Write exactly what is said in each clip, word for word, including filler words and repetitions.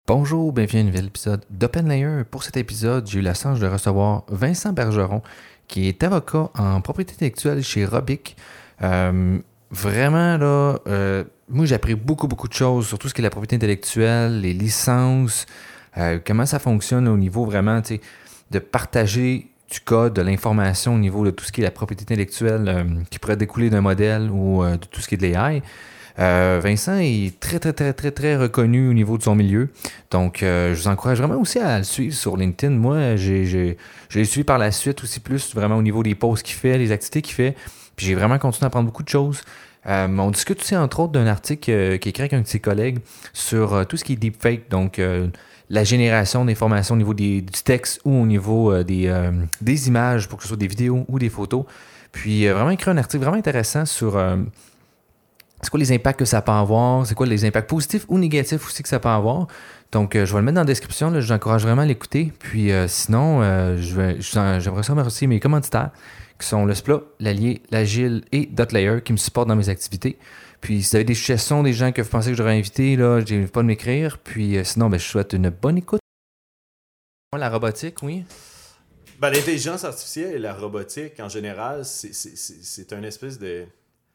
Bonjour, bienvenue à un nouvel épisode d'OpenLayer. Pour cet épisode, j'ai eu la chance de recevoir Vincent Bergeron, qui est avocat en propriété intellectuelle chez Robic. Euh, vraiment, là, euh, moi j'ai appris beaucoup, beaucoup de choses sur tout ce qui est la propriété intellectuelle, les licences, euh, comment ça fonctionne au niveau vraiment, tu sais, de partager du code, de l'information au niveau de tout ce qui est la propriété intellectuelle euh, qui pourrait découler d'un modèle ou euh, de tout ce qui est de l'A I. Euh, Vincent est très, très, très, très, très reconnu au niveau de son milieu. Donc, euh, je vous encourage vraiment aussi à le suivre sur LinkedIn. Moi, j'ai, j'ai, je l'ai suivi par la suite aussi plus vraiment au niveau des posts qu'il fait, les activités qu'il fait. Puis j'ai vraiment continué à apprendre beaucoup de choses. Euh, on discute aussi, entre autres, d'un article euh, qui est écrit avec un de ses collègues sur euh, tout ce qui est deepfake. Donc, euh, la génération d'informations au niveau des, du texte ou au niveau euh, des, euh, des images, pour que ce soit des vidéos ou des photos. Puis, euh, vraiment écrit un article vraiment intéressant sur... Euh, c'est quoi les impacts que ça peut avoir, c'est quoi les impacts positifs ou négatifs aussi que ça peut avoir. Donc, euh, je vais le mettre dans la description, là, je vous encourage vraiment à l'écouter. Puis euh, sinon, euh, je vais, je, j'aimerais ça remercier mes commanditaires, qui sont le Splat, l'Allier, l'Agile et Dotlayer, qui me supportent dans mes activités. Puis si vous avez des suggestions, des gens que vous pensez que j'aurais invité, là, n'hésitez pas de m'écrire. Puis euh, sinon, ben, je souhaite une bonne écoute. La robotique, oui. Ben, l'intelligence artificielle et la robotique, en général, c'est, c'est, c'est, c'est un espèce de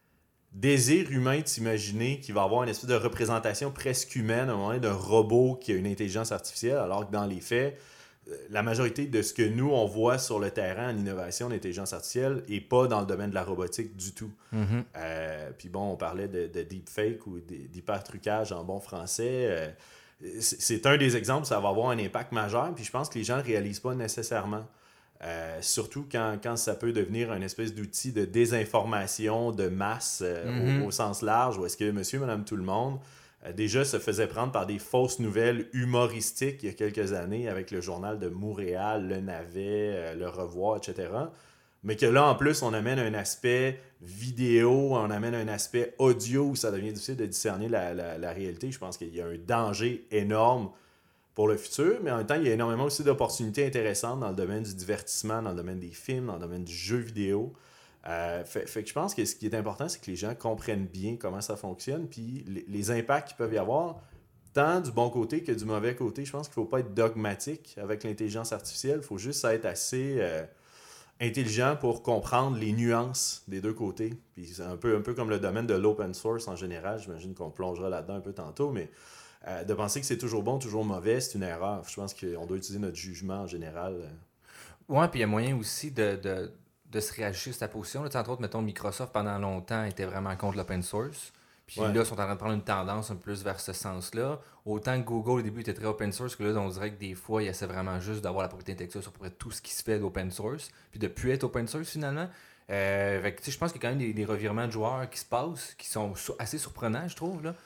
désir humain de s'imaginer qu'il va avoir une espèce de représentation presque humaine à un moment donné d'un robot qui a une intelligence artificielle, alors que dans les faits, la majorité de ce que nous, on voit sur le terrain en innovation d'intelligence artificielle n'est pas dans le domaine de la robotique du tout. Mm-hmm. Euh, puis bon, on parlait de, de deepfake ou d'hyper-trucage en bon français. Euh, c'est, c'est un des exemples, ça va avoir un impact majeur, puis je pense que les gens ne le réalisent pas nécessairement. Euh, surtout quand, quand ça peut devenir une espèce d'outil de désinformation de masse euh, Mm-hmm. au, au sens large, où est-ce que monsieur, madame, tout le monde euh, déjà se faisait prendre par des fausses nouvelles humoristiques il y a quelques années avec le journal de Montréal, Le Navet, euh, Le Revoir, et cetera. Mais que là, en plus, on amène un aspect vidéo, on amène un aspect audio où ça devient difficile de discerner la, la, la réalité. Je pense qu'il y a un danger énorme pour le futur, mais en même temps, il y a énormément aussi d'opportunités intéressantes dans le domaine du divertissement, dans le domaine des films, dans le domaine du jeu vidéo. Euh, fait, fait que je pense que ce qui est important, c'est que les gens comprennent bien comment ça fonctionne, puis les, les impacts qu'il peuvent y avoir, tant du bon côté que du mauvais côté. Je pense qu'il ne faut pas être dogmatique avec l'intelligence artificielle, il faut juste être assez euh, intelligent pour comprendre les nuances des deux côtés. Puis c'est un peu, un peu comme le domaine de l'open source en général, j'imagine qu'on plongera là-dedans un peu tantôt, mais Euh, de penser que c'est toujours bon, toujours mauvais, c'est une erreur. Je pense qu'on doit utiliser notre jugement en général. Ouais, puis il y a moyen aussi de, de, de se réajuster sur ta position. Là, entre autres, mettons, Microsoft, pendant longtemps, était vraiment contre l'open source. Puis Ouais. là, ils sont en train de prendre une tendance un peu plus vers ce sens-là. Autant que Google, au début, était très open source, que là, on dirait que des fois, ils essaient vraiment juste d'avoir la propriété intellectuelle sur à peu près tout ce qui se fait d'open source, puis de plus être open source, finalement. Euh, fait que, je pense qu'il y a quand même des, des revirements de joueurs qui se passent, qui sont su- assez surprenants, je trouve. Là.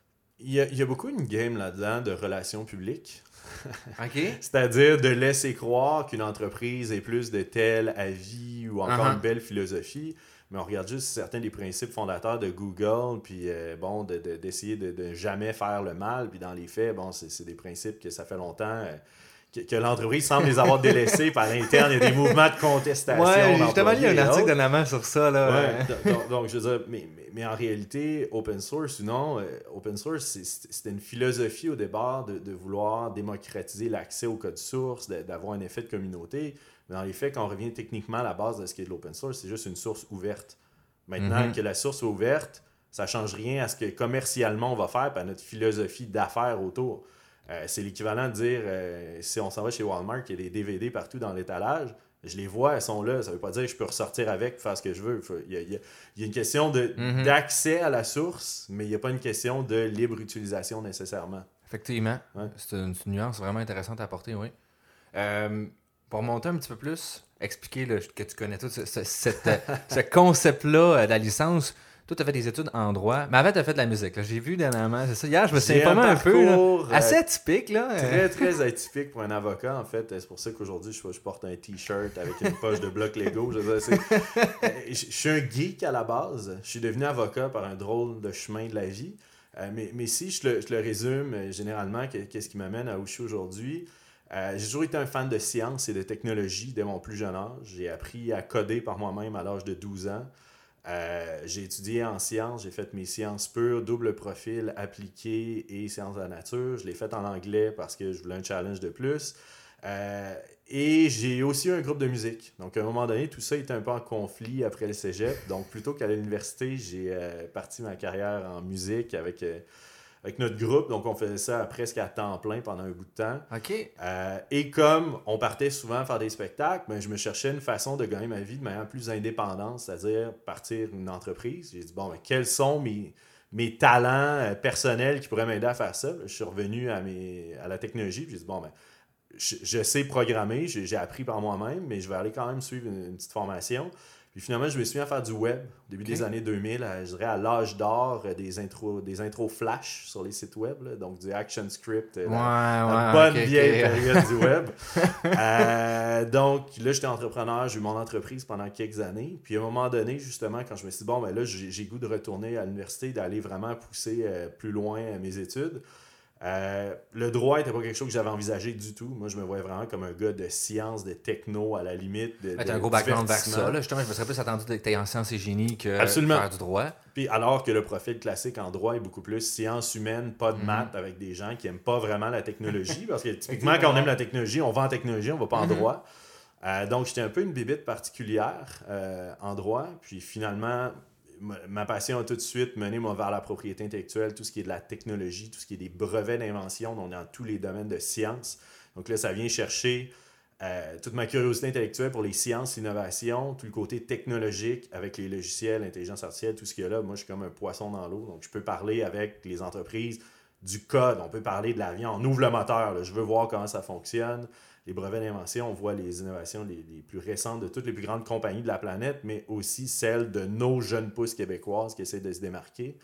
Il y, a, il y a beaucoup une game là-dedans de relations publiques. OK? C'est-à-dire de laisser croire qu'une entreprise est plus de tel avis ou encore Uh-huh. une belle philosophie. Mais on regarde juste certains des principes fondateurs de Google, puis euh, bon, de, de, d'essayer de, de jamais faire le mal. Puis dans les faits, bon, c'est, c'est des principes que ça fait longtemps euh, que, que l'entreprise semble les avoir délaissés par l'interne. Il y a des mouvements de contestation. Ouais, justement, il y a un d'employés et article autres. de la main sur ça. Là. Ouais, do- donc, donc, je veux dire, mais, mais, mais en réalité, open source ou non, euh, open source, c'est- c'est- c'était une philosophie au départ de, de vouloir démocratiser l'accès au code source, de- d'avoir un effet de communauté. Mais dans les faits, quand on revient techniquement à la base de ce qu'est de l'open source, c'est juste une source ouverte. Maintenant Mhm. que la source est ouverte, ça ne change rien à ce que commercialement on va faire, puis à notre philosophie d'affaires autour. Euh, c'est l'équivalent de dire, euh, si on s'en va chez Walmart, il y a des D V D partout dans l'étalage, je les vois, elles sont là. Ça ne veut pas dire que je peux ressortir avec et faire ce que je veux. Il y a, il y a- il y a une question de, Mhm. d'accès à la source, mais il n'y a pas une question de libre utilisation nécessairement. Effectivement. Ouais. C'est une, c'est une nuance vraiment intéressante à apporter, oui. Euh, pour monter un petit peu plus, expliquer là, que tu connais tout ce, ce- cette, euh, ce concept-là euh, de la licence. Toi, tu as fait des études en droit, mais avant, tu as fait de la musique. Là. J'ai vu dernièrement, c'est ça. Hier, je me suis J'ai un informé un peu. Là. parcours, euh, Assez atypique, là. Très, très atypique pour un avocat, en fait. C'est pour ça qu'aujourd'hui, je, je porte un T-shirt avec une poche de bloc Lego. Je, veux dire, c'est- euh, je, je suis un geek à la base. Je suis devenu avocat par un drôle de chemin de la vie. Euh, mais, mais si je le, je le résume euh, généralement, que- qu'est-ce qui m'amène à où je suis aujourd'hui? Euh, j'ai toujours été un fan de science et de technologie dès mon plus jeune âge. J'ai appris à coder par moi-même à l'âge de douze ans. Euh, j'ai étudié en sciences, j'ai fait mes sciences pures, double profil, appliqué et sciences de la nature. Je l'ai fait en anglais parce que je voulais un challenge de plus. Euh, et j'ai aussi eu un groupe de musique. Donc, à un moment donné, tout ça était un peu en conflit après le cégep. Donc, plutôt qu'à l'université, j'ai euh, parti ma carrière en musique avec... Euh, avec notre groupe, donc on faisait ça presque à temps plein pendant un bout de temps. OK. Euh, et comme on partait souvent faire des spectacles, ben, je me cherchais une façon de gagner ma vie de manière plus indépendante, c'est-à-dire partir d'une entreprise. J'ai dit, bon, ben, quels sont mes, mes talents euh, personnels qui pourraient m'aider à faire ça? Je suis revenu à, mes, à la technologie, puis j'ai dit, bon, ben, je, je sais programmer, j'ai, j'ai appris par moi-même, mais je vais aller quand même suivre une, une petite formation. Puis finalement, je me suis mis à faire du web, au début okay. des années deux mille, à, je dirais à l'âge d'or euh, des intros, des intros flash sur les sites web, là, donc du ActionScript, euh, ouais, la, ouais, la bonne okay, vieille okay. période du web. euh, donc là, j'étais entrepreneur, j'ai eu mon entreprise pendant quelques années. Puis à un moment donné, justement, quand je me suis dit, bon, ben là, j'ai, j'ai goût de retourner à l'université, d'aller vraiment pousser euh, plus loin euh, mes études. Euh, le droit n'était pas quelque chose que j'avais envisagé du tout. Moi, je me voyais vraiment comme un gars de sciences, de techno, à la limite. De, t'as un gros background vers ça. Là. Justement, je me serais plus attendu que tu aies en sciences et génie que Absolument. faire du droit. Puis alors que le profil classique en droit est beaucoup plus sciences humaines, pas de mm-hmm. maths, avec des gens qui n'aiment pas vraiment la technologie. Parce que typiquement, quand on aime la technologie, on va en technologie, on va pas en mm-hmm. droit. Euh, donc, j'étais un peu une bébite particulière euh, en droit. Puis finalement... Ma passion a tout de suite mené moi, vers la propriété intellectuelle, tout ce qui est de la technologie, tout ce qui est des brevets d'invention, donc dans tous les domaines de sciences. Donc là, ça vient chercher euh, toute ma curiosité intellectuelle pour les sciences, l'innovation, tout le côté technologique avec les logiciels, l'intelligence artificielle, tout ce qu'il y a là. Moi, je suis comme un poisson dans l'eau, donc je peux parler avec les entreprises du code, on peut parler de l'avion, on ouvre le moteur, là. Je veux voir comment ça fonctionne. Les brevets d'invention, on voit les innovations les, les plus récentes de toutes les plus grandes compagnies de la planète, mais aussi celles de nos jeunes pousses québécoises qui essaient de se démarquer.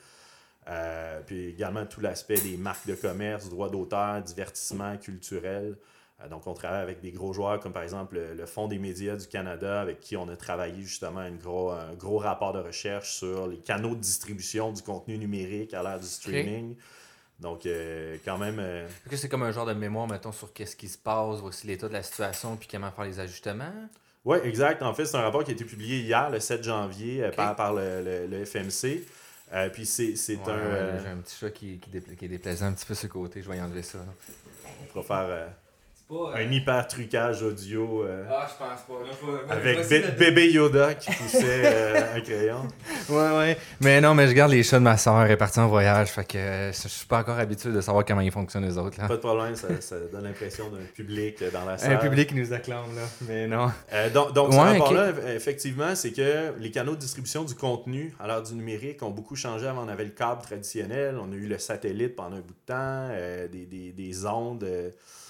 Euh, puis également tout l'aspect des marques de commerce, droit d'auteur, divertissement culturel. Euh, donc on travaille avec des gros joueurs comme par exemple le, le Fonds des médias du Canada avec qui on a travaillé justement une gros, un gros rapport de recherche sur les canaux de distribution du contenu numérique à l'ère du streaming. Okay. Donc, euh, quand même... Euh... C'est comme un genre de mémoire, mettons, sur qu'est-ce qui se passe, voici l'état de la situation, puis comment faire les ajustements. Oui, exact. En fait, c'est un rapport qui a été publié hier, le sept janvier, okay. par, par le, le, le F M C. Euh, puis c'est, c'est ouais, un... Ouais, euh... J'ai un petit chat qui, qui, dépla- qui est déplaisant un petit peu sur le côté, je vais y enlever ça. Là. On pourra faire... Euh... Pas, un euh... hyper trucage audio euh, ah, je pense pas. Là, faut... avec b- bébé Yoda qui poussait euh, un crayon. Ouais, ouais. Mais non, mais je garde les chats de ma soeur, elle est partie en voyage. Fait que euh, je suis pas encore habitué de savoir comment ils fonctionnent les autres. Là. Pas de problème, ça, ça donne l'impression d'un public dans la salle. Un public qui nous acclame, là. Mais non. Euh, donc, donc ouais, ce rapport-là, okay. effectivement, c'est que les canaux de distribution du contenu à l'heure du numérique ont beaucoup changé. Avant, on avait le câble traditionnel, on a eu le satellite pendant un bout de temps, euh, des, des, des ondes. Euh,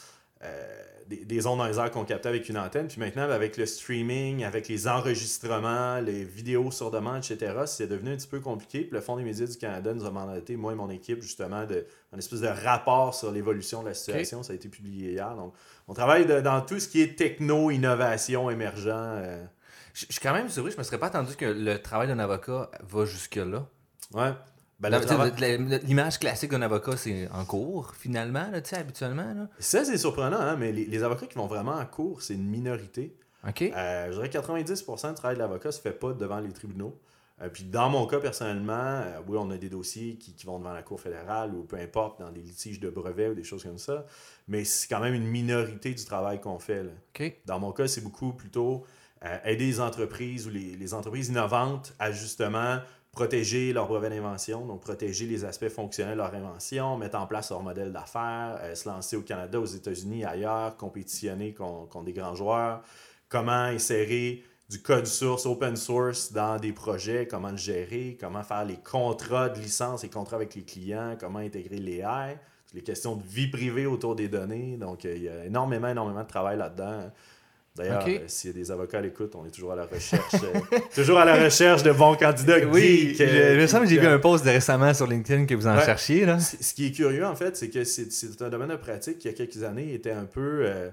euh, Des, des ondes dans les airs qu'on captait avec une antenne. Puis maintenant, avec le streaming, avec les enregistrements, les vidéos sur demande, et cetera, c'est devenu un petit peu compliqué. Puis le Fonds des médias du Canada nous a mandaté, moi et mon équipe, justement, de, un espèce de rapport sur l'évolution de la situation. Okay. Ça a été publié hier. Donc, on travaille de, dans tout ce qui est techno, innovation, émergent. Euh... Je, je suis quand même surpris. Je me serais pas attendu que le travail d'un avocat va jusque-là. Ouais. Ben, la, travail... L'image classique d'un avocat, c'est en cours, finalement, là, habituellement. Là. Ça, c'est surprenant, hein, mais les, les avocats qui vont vraiment en cours, c'est une minorité. Okay. Euh, je dirais que quatre-vingt-dix pour cent du travail de l'avocat ne se fait pas devant les tribunaux. Euh, puis dans mon cas, personnellement, euh, oui, on a des dossiers qui, qui vont devant la Cour fédérale ou peu importe, dans des litiges de brevets ou des choses comme ça, mais c'est quand même une minorité du travail qu'on fait. Là. Okay. Dans mon cas, c'est beaucoup plutôt euh, aider les entreprises ou les, les entreprises innovantes à justement... protéger leurs brevets d'invention, donc protéger les aspects fonctionnels de leur invention, mettre en place leur modèle d'affaires, euh, se lancer au Canada, aux États-Unis, ailleurs, compétitionner contre, contre des grands joueurs, comment insérer du code source, open source dans des projets, comment le gérer, comment faire les contrats de licence, les contrats avec les clients, comment intégrer l'A I, les questions de vie privée autour des données. Donc, euh, il y a énormément, énormément de travail là-dedans. D'ailleurs, okay. euh, s'il y a des avocats à l'écoute, on est toujours à la recherche euh, toujours à la recherche de bons candidats. Oui, geeks, euh, je me semble que j'ai vu un post de récemment sur LinkedIn que vous en ouais. cherchiez. Là. Ce qui est curieux, en fait, c'est que c'est, c'est un domaine de pratique qui, il y a quelques années, était un peu euh,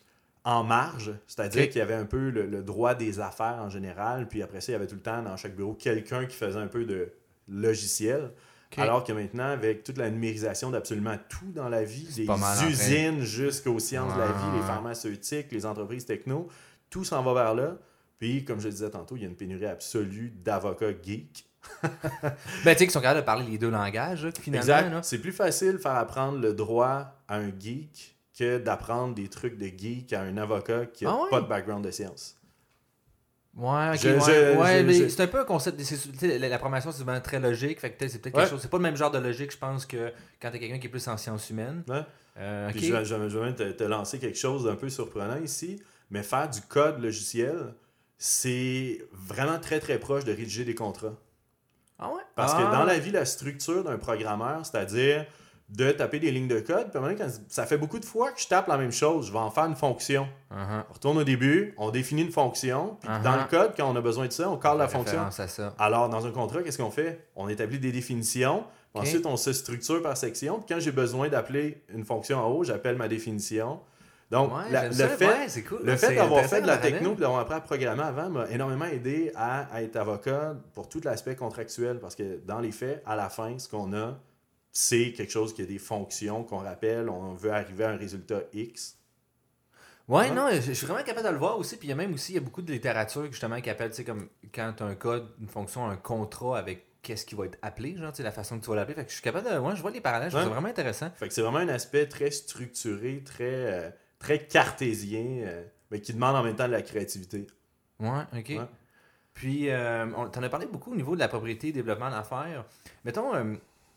en marge. C'est-à-dire okay. qu'il y avait un peu le, le droit des affaires en général. Puis après ça, il y avait tout le temps, dans chaque bureau, quelqu'un qui faisait un peu de logiciel. Okay. Alors que maintenant, avec toute la numérisation d'absolument tout dans la vie, des usines jusqu'aux sciences ouais. de la vie, les pharmaceutiques, les entreprises techno, tout s'en va vers là. Puis, comme je le disais tantôt, il y a une pénurie absolue d'avocats geeks. Ben, tu sais, qui sont capables de parler les deux langages, là, finalement. Exact. Là. C'est plus facile de faire apprendre le droit à un geek que d'apprendre des trucs de geek à un avocat qui n'a Ah ouais? pas de background de sciences. Ouais, ok, Je- ouais, je- ouais, je- mais je- c'est un peu un concept. c'est- tu sais, la, la programmation, c'est souvent très logique. Fait que peut-être- c'est peut-être Ouais. quelque chose. C'est pas le même genre de logique, je pense, que quand t'es quelqu'un qui est plus en sciences humaines. Ouais. Euh, ok. Puis je vais, je vais- je vais même te, te lancer quelque chose d'un peu surprenant ici, mais faire du code logiciel, c'est vraiment très très proche de rédiger des contrats. Ah ouais? Parce ah. que dans la vie, la structure d'un programmeur, c'est-à-dire de taper des lignes de code, puis à un moment donné, quand ça fait beaucoup de fois que je tape la même chose, je vais en faire une fonction. Uh-huh. On retourne au début, on définit une fonction, puis Uh-huh. dans le code, quand on a besoin de ça, on cale la fonction. Référence à ça. Alors, dans un contrat, qu'est-ce qu'on fait? On établit des définitions, Ok. ensuite on se structure par section, puis quand j'ai besoin d'appeler une fonction en haut, j'appelle ma définition. Donc, Ouais, la- j'aime le ça. fait, Ouais, c'est cool. le C'est fait d'avoir intéressant fait de la comme parallèle. techno et d'avoir appris à programmer avant m'a énormément aidé à, à être avocat pour tout l'aspect contractuel, parce que dans les faits, à la fin, ce qu'on a, c'est quelque chose qui a des fonctions qu'on rappelle, on veut arriver à un résultat X. Ouais, Ouais. non, je, je suis vraiment capable de le voir aussi. Puis il y a même aussi, il y a beaucoup de littérature justement qui appelle, tu sais, comme quand tu as un code, une fonction, un contrat avec qu'est-ce qui va être appelé, genre, tu sais, la façon que tu vas l'appeler. Fait que je suis capable de. Ouais, je vois les parallèles, je trouve Ouais. ça vraiment intéressant. Fait que c'est vraiment un aspect très structuré, très, euh, très cartésien, euh, mais qui demande en même temps de la créativité. Ouais, ok. Ouais. Puis, euh, on t'en as parlé beaucoup au niveau de la propriété, développement d'affaires. Mettons, euh,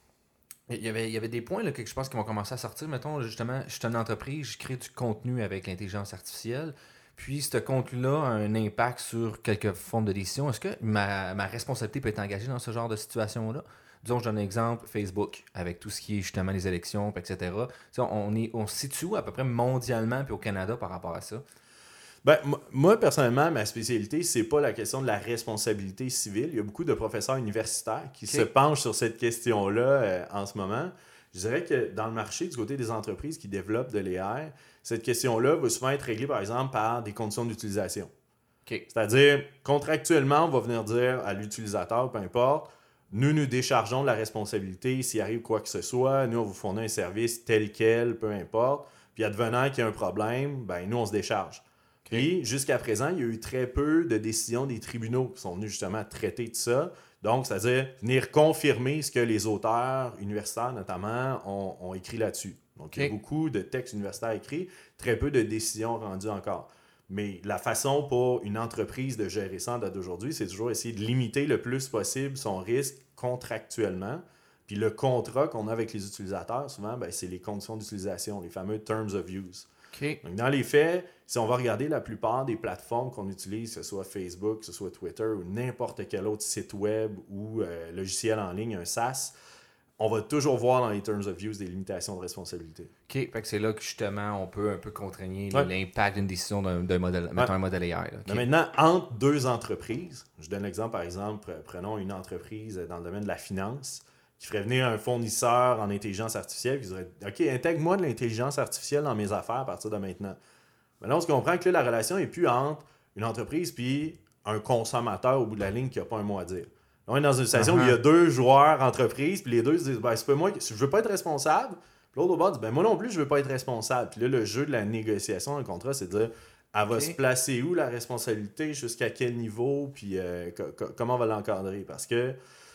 il y avait, il y avait des points là, que je pense qui vont commencer à sortir. Mettons, justement, je suis une entreprise, je crée du contenu avec l'intelligence artificielle. Puis, ce contenu-là a un impact sur quelques formes de décision. Est-ce que ma, ma responsabilité peut être engagée dans ce genre de situation-là? Disons, je donne un exemple, Facebook, avec tout ce qui est justement les élections, et cetera. Tu sais, on, est, on se situe où à peu près mondialement puis au Canada par rapport à ça? Ben, m- moi, personnellement, ma spécialité, c'est pas la question de la responsabilité civile. Il y a beaucoup de professeurs universitaires qui Ok. se penchent sur cette question-là euh, en ce moment. Je dirais que dans le marché, du côté des entreprises qui développent de l'A I, cette question-là va souvent être réglée, par exemple, par des conditions d'utilisation. OK. C'est-à-dire, contractuellement, on va venir dire à l'utilisateur, peu importe, nous nous déchargeons de la responsabilité s'il arrive quoi que ce soit. Nous, on vous fournit un service tel quel, peu importe. Puis, advenant qu'il y a un problème, ben nous, on se décharge. Puis, jusqu'à présent, il y a eu très peu de décisions des tribunaux qui sont venus justement traiter de ça. Donc, c'est-à-dire venir confirmer ce que les auteurs universitaires, notamment, ont, ont écrit là-dessus. Donc, il y a Ok. beaucoup de textes universitaires écrits, très peu de décisions rendues encore. Mais la façon pour une entreprise de gérer ça en date d'aujourd'hui, c'est toujours essayer de limiter le plus possible son risque contractuellement. Puis le contrat qu'on a avec les utilisateurs, souvent, ben, c'est les conditions d'utilisation, les fameux Terms of Use. OK. Donc, dans les faits, si on va regarder la plupart des plateformes qu'on utilise, que ce soit Facebook, que ce soit Twitter ou n'importe quel autre site web ou euh, logiciel en ligne, un SaaS, on va toujours voir dans les Terms of Use des limitations de responsabilité. OK. Fait que c'est là que justement, on peut un peu contraigner Ouais. l'impact d'une décision d'un, d'un modèle, mettons un modèle A I. Là. OK. Mais maintenant, entre deux entreprises, je donne l'exemple, par exemple, prenons une entreprise dans le domaine de la finance qui ferait venir un fournisseur en intelligence artificielle qui dirait « OK, intègre-moi de l'intelligence artificielle dans mes affaires à partir de maintenant. » Mais là, on se comprend que là, la relation n'est plus entre une entreprise puis un consommateur au bout de la ligne qui n'a pas un mot à dire. Là, on est dans une situation Uh-huh. où il y a deux joueurs entreprises, puis les deux se disent ben, c'est pas moi, je veux pas être responsable. Puis l'autre au bord dit ben, moi non plus, je veux pas être responsable. Puis là, le jeu de la négociation dans le contrat, c'est de dire elle va Ok. se placer où la responsabilité, jusqu'à quel niveau, puis euh, co- co- comment on va l'encadrer. Parce que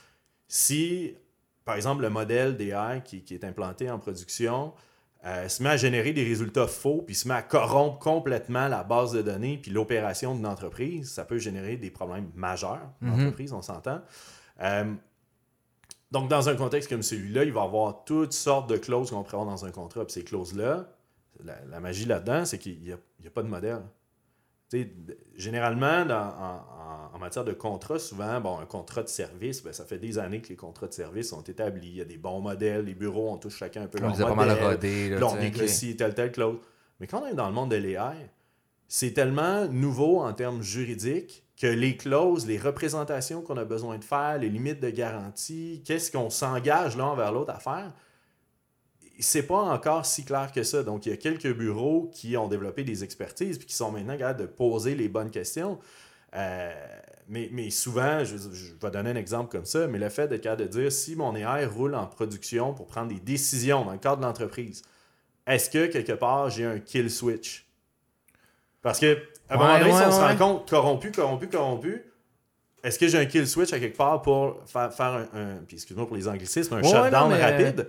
si, par exemple, le modèle d'A I qui, qui est implanté en production euh, se met à générer des résultats faux, puis se met à corrompre complètement la base de données, puis l'opération d'une entreprise, ça peut générer des problèmes majeurs dans Mhm. l'entreprise, on s'entend. Euh, donc, dans un contexte comme celui-là, il va y avoir toutes sortes de clauses qu'on pourrait avoir dans un contrat. Puis ces clauses-là, la, la magie là-dedans, c'est qu'il n'y a, il y a pas de modèle. Tu sais, d- généralement, dans- en, en- en matière de contrat, souvent, bon, un contrat de service, ben, ça fait des années que les contrats de service sont établis. Il y a des bons modèles, les bureaux, on touche chacun un peu On leur les a pas mal modèle. rodés. Là, Puis là, on tu sais, OK. négocie telle, telle clause. Mais quand on est dans le monde de l'A I, c'est tellement nouveau en termes juridiques que les clauses, les représentations qu'on a besoin de faire, les limites de garantie, qu'est-ce qu'on s'engage l'un envers l'autre à faire, c'est pas encore si clair que ça. Donc, il y a quelques bureaux qui ont développé des expertises puis qui sont maintenant capables de poser les bonnes questions. Euh, mais, mais souvent, je, je vais donner un exemple comme ça, mais le fait d'être capable de dire si mon A I roule en production pour prendre des décisions dans le cadre de l'entreprise, est-ce que quelque part j'ai un kill switch? Parce que à un Ouais, moment donné, ouais, si on se ouais. rend compte, corrompu, corrompu, corrompu, est-ce que j'ai un kill switch à quelque part pour faire, faire un, un- puis excuse-moi pour les anglicismes, un Ouais, ouais, shutdown non, mais- rapide?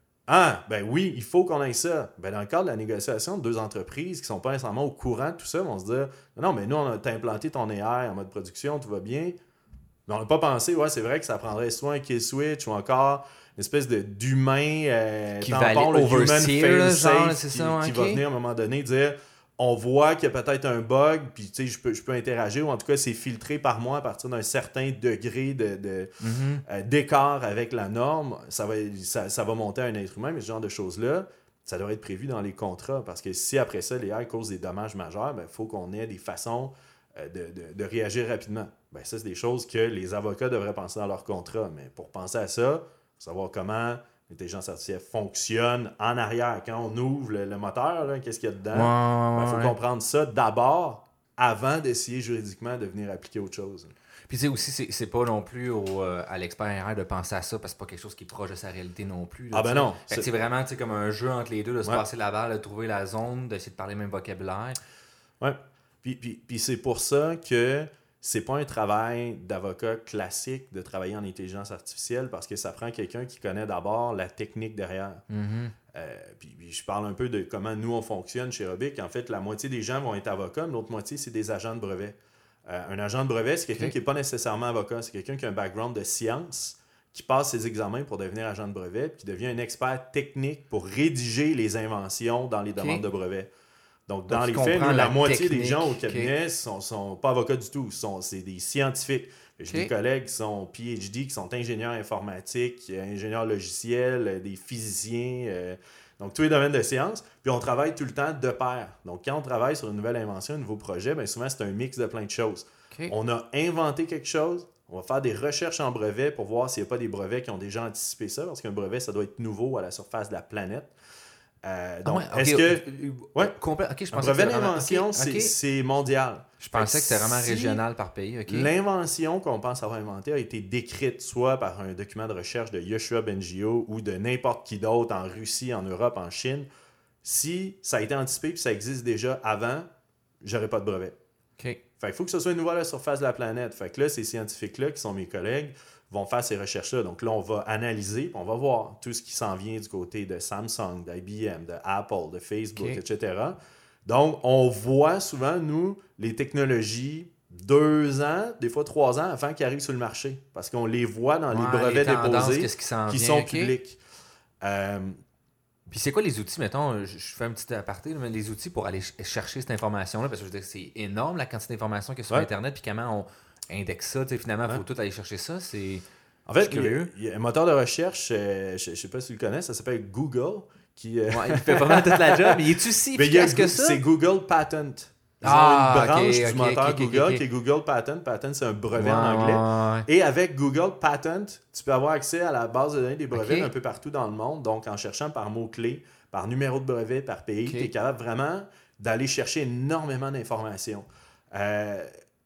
Ah, ben oui, il faut qu'on ait ça. Ben dans le cadre de la négociation de deux entreprises qui sont pas nécessairement au courant de tout ça, vont se dire non, mais nous, on a t'as implanté ton A I en mode production, tout va bien. Mais on n'a pas pensé, ouais, c'est vrai que ça prendrait soit un kill switch ou encore une espèce de, d'humain euh, Qui tampon, va aller le human overseer, là, fail-safe genre, c'est qui, ça, ouais, qui ok. va venir à un moment donné dire on voit qu'il y a peut-être un bug, puis tu sais, je peux, je peux interagir, ou en tout cas, c'est filtré par moi à partir d'un certain degré de, de, Mhm. euh, d'écart avec la norme. Ça va, ça, ça va monter à un être humain, mais ce genre de choses-là, ça devrait être prévu dans les contrats, parce que si après ça, les A I causent des dommages majeurs, il faut qu'on ait des façons euh, de, de, de réagir rapidement. Ben, ça, c'est des choses que les avocats devraient penser dans leur contrat, mais pour penser à ça, il faut savoir comment l'intelligence artificielle fonctionne en arrière. Quand on ouvre le, le moteur, là, qu'est-ce qu'il y a dedans? Ouais, Il faut ouais, ouais. comprendre ça d'abord avant d'essayer juridiquement de venir appliquer autre chose. Puis tu sais aussi, c'est, c'est pas non plus au, euh, à l'expert R R de penser à ça parce que c'est pas quelque chose qui est proche de sa réalité non plus. Là, Ah ben tu sais. non. Fait que c'est vraiment tu sais, comme un jeu entre les deux, de se Ouais. passer la balle, de trouver la zone, d'essayer de parler le même vocabulaire. Ouais. Puis, puis, puis c'est pour ça que c'est pas un travail d'avocat classique de travailler en intelligence artificielle parce que ça prend quelqu'un qui connaît d'abord la technique derrière. Mhm. Euh, puis, puis je parle un peu de comment nous on fonctionne chez Robic. En fait, la moitié des gens vont être avocats, mais l'autre moitié, c'est des agents de brevet. Euh, un agent de brevet, c'est quelqu'un Ok. qui n'est pas nécessairement avocat, c'est quelqu'un qui a un background de science, qui passe ses examens pour devenir agent de brevet, puis qui devient un expert technique pour rédiger les inventions dans les demandes de brevet. Donc, dans Donc, les tu faits, comprends nous, la, la moitié technique, des gens au ok. cabinet ne sont, sont pas avocats du tout. Sont, c'est des scientifiques. J'ai Ok. des collègues qui sont P H D, qui sont ingénieurs informatiques, ingénieurs logiciels, des physiciens, euh, donc tous les domaines de sciences. Puis on travaille tout le temps de pair. Donc, quand on travaille sur une nouvelle invention, un nouveau projet, bien souvent, c'est un mix de plein de choses. Ok. On a inventé quelque chose, on va faire des recherches en brevet pour voir s'il n'y a pas des brevets qui ont déjà anticipé ça, parce qu'un brevet, ça doit être nouveau à la surface de la planète. Euh, donc, Ah ouais, est-ce ok, que... euh, Ouais. complet- ok, je Un pensais brevet que c'était vraiment- d'invention, ok, c'est, ok. c'est mondial. Je pensais que c'était vraiment si régional par pays. Ok. L'invention qu'on pense avoir inventée a été décrite soit par un document de recherche de Yoshua Bengio ou de n'importe qui d'autre en Russie, en Europe, en Chine. Si ça a été anticipé et ça existe déjà avant, j'aurais pas de brevet. Ok. Fait qu'il faut que ce soit nouveau à la surface de la planète. Fait que là, ces scientifiques-là, qui sont mes collègues, vont faire ces recherches-là. Donc là, on va analyser, puis on va voir tout ce qui s'en vient du côté de Samsung, d'I B M, de Apple, de Facebook, Ok. et cetera. Donc, on voit souvent, nous, les technologies deux ans, des fois trois ans avant qu'ils arrivent sur le marché. Parce qu'on les voit dans les Ouais, brevets les tendances, déposés qu'est-ce qui s'en qui vient, sont ok. publics. Euh, Puis c'est quoi les outils, mettons, je, je fais un petit aparté, là, mais les outils pour aller ch- chercher cette information-là, parce que je veux dire, c'est énorme la quantité d'informations qu'il y a sur Ouais. Internet, puis comment on indexe ça, tu sais, finalement, il faut Ouais. tout aller chercher ça, c'est... En Je fait, suis il y, a, curieux. il y a un moteur de recherche, euh, je ne sais pas si tu le connais, ça s'appelle Google. Qui, euh, Ouais, il fait vraiment toute la job, mais il est-tu si mais il y a efficace que Go- ça? c'est Google Patent. Ils Ah, ont une branche ok, du ok, moteur ok, ok, Google ok. qui est Google Patent. Patent, c'est un brevet Ouais, en anglais. ouais, ouais. Et avec Google Patent, tu peux avoir accès à la base de données des brevets Ok. un peu partout dans le monde. Donc, en cherchant par mots-clés, par numéro de brevet, par pays, Ok. tu es capable vraiment d'aller chercher énormément d'informations. Euh,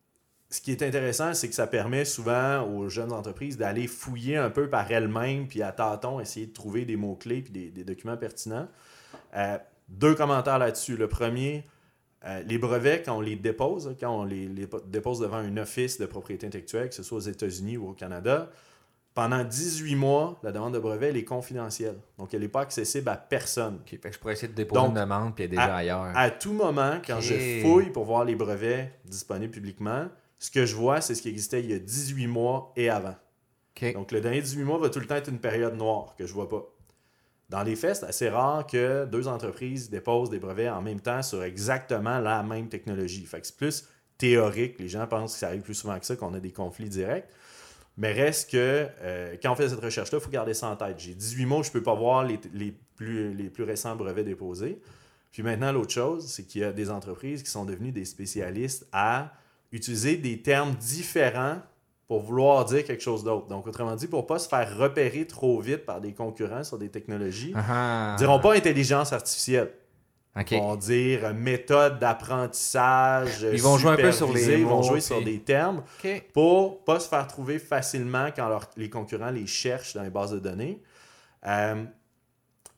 ce qui est intéressant, c'est que ça permet souvent aux jeunes entreprises d'aller fouiller un peu par elles-mêmes, puis à tâtons, essayer de trouver des mots-clés puis des, des documents pertinents. Euh, deux commentaires là-dessus. Le premier, euh, les brevets, quand on les dépose, quand on les, les dépose devant un office de propriété intellectuelle, que ce soit aux États-Unis ou au Canada, pendant dix-huit mois, la demande de brevet elle est confidentielle. Donc, elle n'est pas accessible à personne. Ok, fait que je pourrais essayer de déposer Donc, une demande, puis elle est déjà ailleurs. À tout moment, quand Ok. je fouille pour voir les brevets disponibles publiquement, ce que je vois, c'est ce qui existait il y a dix-huit mois et avant. Ok. Donc, le dernier dix-huit mois va tout le temps être une période noire que je ne vois pas. Dans les faits, c'est assez rare que deux entreprises déposent des brevets en même temps sur exactement la même technologie. Fait que c'est plus théorique. Les gens pensent que ça arrive plus souvent que ça, qu'on a des conflits directs. Mais reste que, euh, quand on fait cette recherche-là, il faut garder ça en tête. J'ai dix-huit mois, je ne peux pas voir les, les, plus, les plus récents brevets déposés. Puis maintenant, l'autre chose, c'est qu'il y a des entreprises qui sont devenues des spécialistes à utiliser des termes différents pour vouloir dire quelque chose d'autre. Donc, autrement dit, pour ne pas se faire repérer trop vite par des concurrents sur des technologies, Ah. ils ne diront pas intelligence artificielle. Ok. Ils vont dire euh, méthode d'apprentissage. Ils vont jouer un peu sur les supervisée. Ils vont mots, jouer puis- sur des termes Ok. pour ne pas se faire trouver facilement quand leur- les concurrents les cherchent dans les bases de données. Euh,